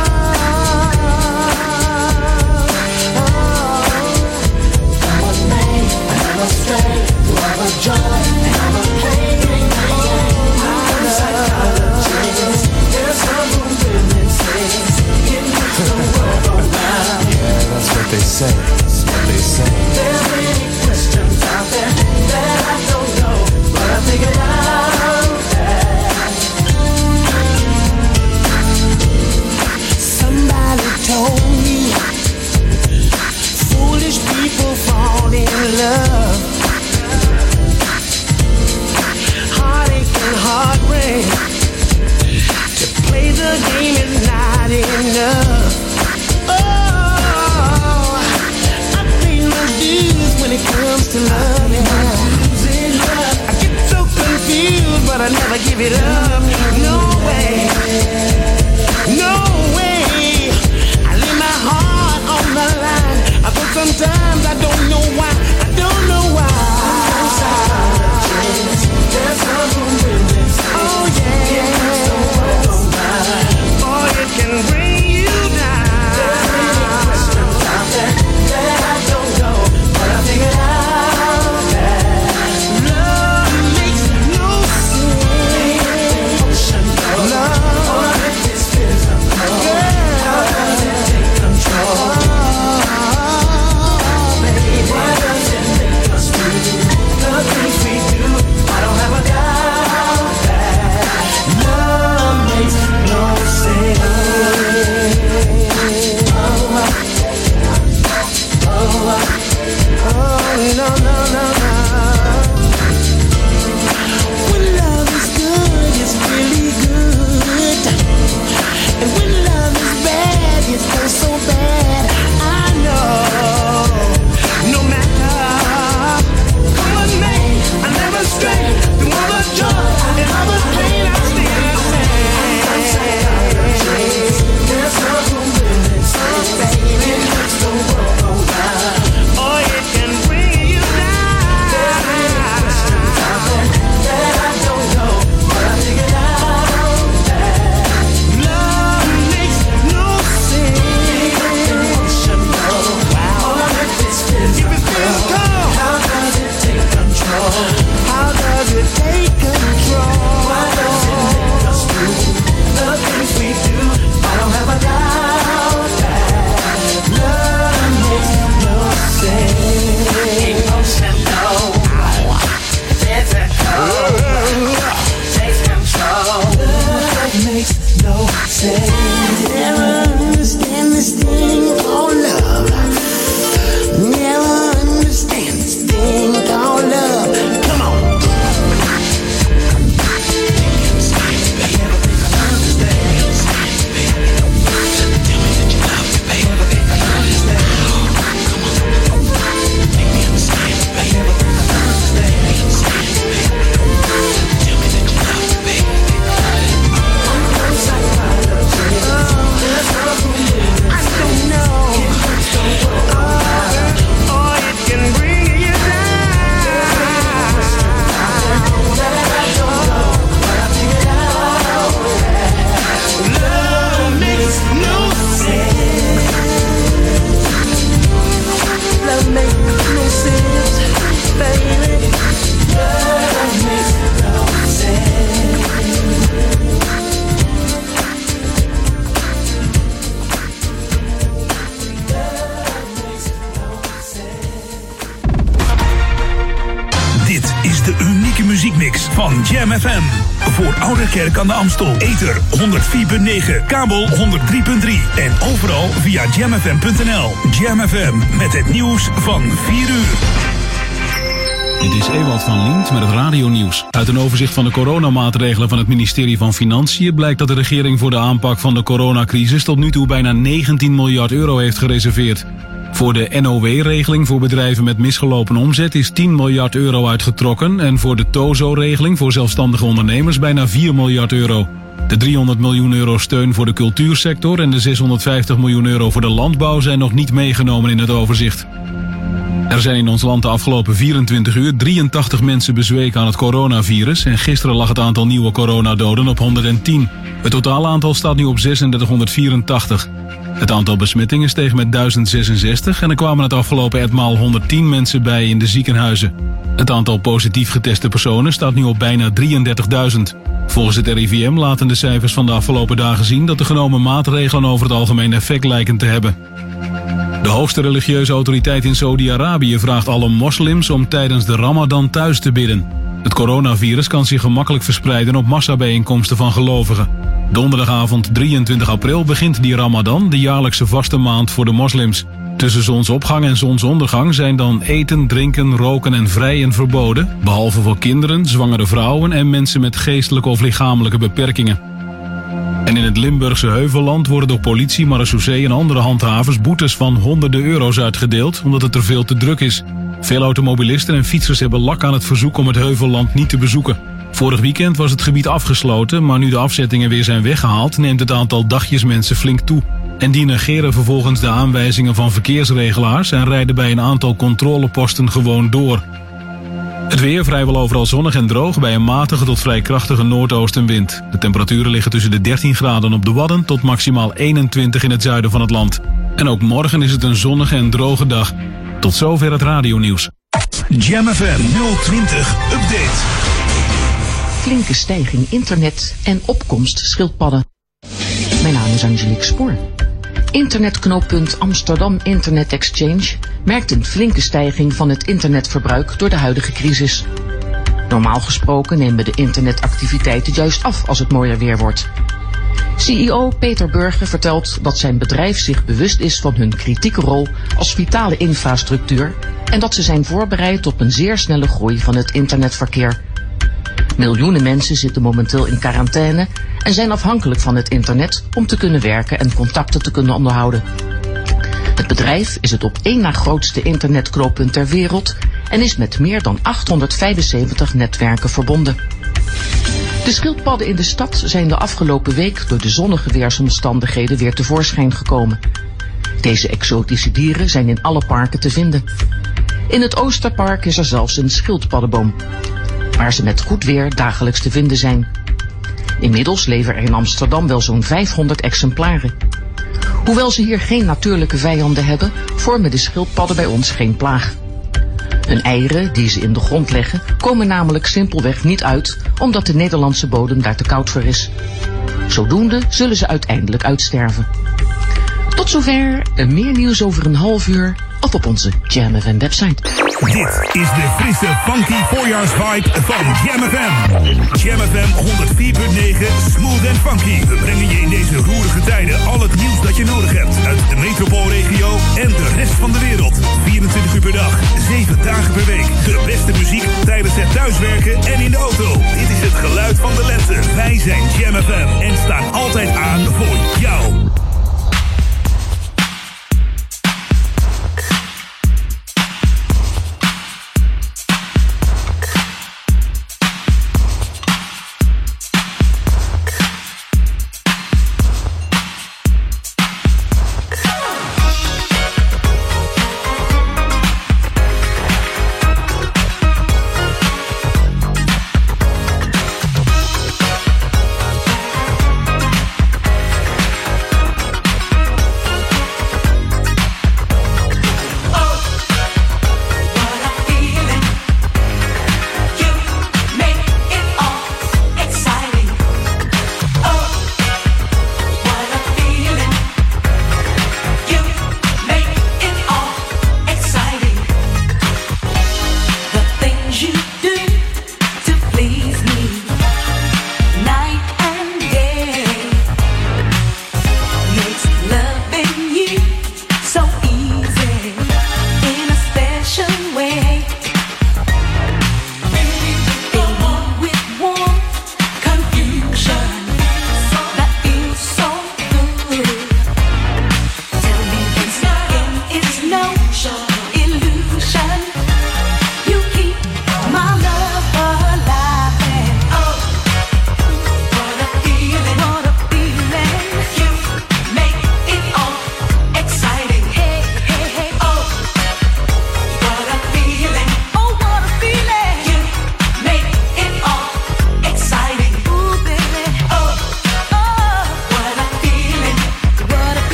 They say, that's what they say. There's many questions out there that I don't know, but I figured out that somebody told me foolish people fall in love. Heartache and heartbreak to play the game is not enough. Jam F M. Voor Ouderkerk aan de Amstel. Ether honderd vier komma negen, kabel honderd drie komma drie. En overal via jam f m punt n l. Jam F M met het nieuws van vier uur. Dit is Ewald van Lient met het radionieuws. Uit een overzicht van de coronamaatregelen van het ministerie van Financiën blijkt dat de regering voor de aanpak van de coronacrisis tot nu toe bijna negentien miljard euro heeft gereserveerd. Voor de N O W-regeling voor bedrijven met misgelopen omzet is tien miljard euro uitgetrokken en voor de TOZO-regeling voor zelfstandige ondernemers bijna vier miljard euro. De driehonderd miljoen euro steun voor de cultuursector en de zeshonderdvijftig miljoen euro voor de landbouw zijn nog niet meegenomen in het overzicht. Er zijn in ons land de afgelopen vierentwintig uur drieëntachtig mensen bezweken aan het coronavirus en gisteren lag het aantal nieuwe coronadoden op honderdtien. Het totale aantal staat nu op zesendertighonderdvierentachtig. Het aantal besmettingen steeg met duizend zesenzestig en er kwamen het afgelopen etmaal honderdtien mensen bij in de ziekenhuizen. Het aantal positief geteste personen staat nu op bijna drieëndertigduizend. Volgens het R I V M laten de cijfers van de afgelopen dagen zien dat de genomen maatregelen over het algemeen effect lijken te hebben. De hoogste religieuze autoriteit in Saudi-Arabië vraagt alle moslims om tijdens de Ramadan thuis te bidden. Het coronavirus kan zich gemakkelijk verspreiden op massabijeenkomsten van gelovigen. Donderdagavond drieëntwintig april begint die Ramadan, de jaarlijkse vaste maand voor de moslims. Tussen zonsopgang en zonsondergang zijn dan eten, drinken, roken en vrijen verboden, behalve voor kinderen, zwangere vrouwen en mensen met geestelijke of lichamelijke beperkingen. En in het Limburgse Heuvelland worden door politie, marechaussee en andere handhavers boetes van honderden euro's uitgedeeld omdat het er veel te druk is. Veel automobilisten en fietsers hebben lak aan het verzoek om het Heuvelland niet te bezoeken. Vorig weekend was het gebied afgesloten, maar nu de afzettingen weer zijn weggehaald, neemt het aantal dagjesmensen flink toe. En die negeren vervolgens de aanwijzingen van verkeersregelaars en rijden bij een aantal controleposten gewoon door. Het weer vrijwel overal zonnig en droog bij een matige tot vrij krachtige noordoostenwind. De temperaturen liggen tussen de dertien graden op de Wadden tot maximaal eenentwintig in het zuiden van het land. En ook morgen is het een zonnige en droge dag. Tot zover het radionieuws. Jam F M nul twintig update. Flinke stijging internet en opkomst schildpadden. Mijn naam is Angelique Spoor. Internetknooppunt Amsterdam Internet Exchange merkt een flinke stijging van het internetverbruik door de huidige crisis. Normaal gesproken nemen de internetactiviteiten juist af als het mooier weer wordt. C E O Peter Burger vertelt dat zijn bedrijf zich bewust is van hun kritieke rol als vitale infrastructuur en dat ze zijn voorbereid op een zeer snelle groei van het internetverkeer. Miljoenen mensen zitten momenteel in quarantaine en zijn afhankelijk van het internet om te kunnen werken en contacten te kunnen onderhouden. Het bedrijf is het op één na grootste internetknooppunt ter wereld en is met meer dan achthonderdvijfenzeventig netwerken verbonden. De schildpadden in de stad zijn de afgelopen week door de zonnige weersomstandigheden weer tevoorschijn gekomen. Deze exotische dieren zijn in alle parken te vinden. In het Oosterpark is er zelfs een schildpaddenboom, waar ze met goed weer dagelijks te vinden zijn. Inmiddels leven er in Amsterdam wel zo'n vijfhonderd exemplaren. Hoewel ze hier geen natuurlijke vijanden hebben, vormen de schildpadden bij ons geen plaag. Hun eieren, die ze in de grond leggen, komen namelijk simpelweg niet uit, omdat de Nederlandse bodem daar te koud voor is. Zodoende zullen ze uiteindelijk uitsterven. Tot zover, meer nieuws over een half uur of op onze Jam F M website. Dit is de frisse, funky voorjaarsvibe van Jam F M. Jam F M honderd vier komma negen, smooth en funky. We brengen je in deze roerige tijden al het nieuws dat je nodig hebt uit de metropoolregio en de rest van de wereld. vierentwintig uur per dag, zeven dagen per week. De beste muziek tijdens het thuiswerken en in de auto. Dit is het geluid van de lente. Wij zijn Jam F M en staan altijd aan voor jou.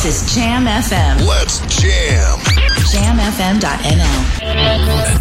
This is Jam F M. Let's jam. jam f m dot n l.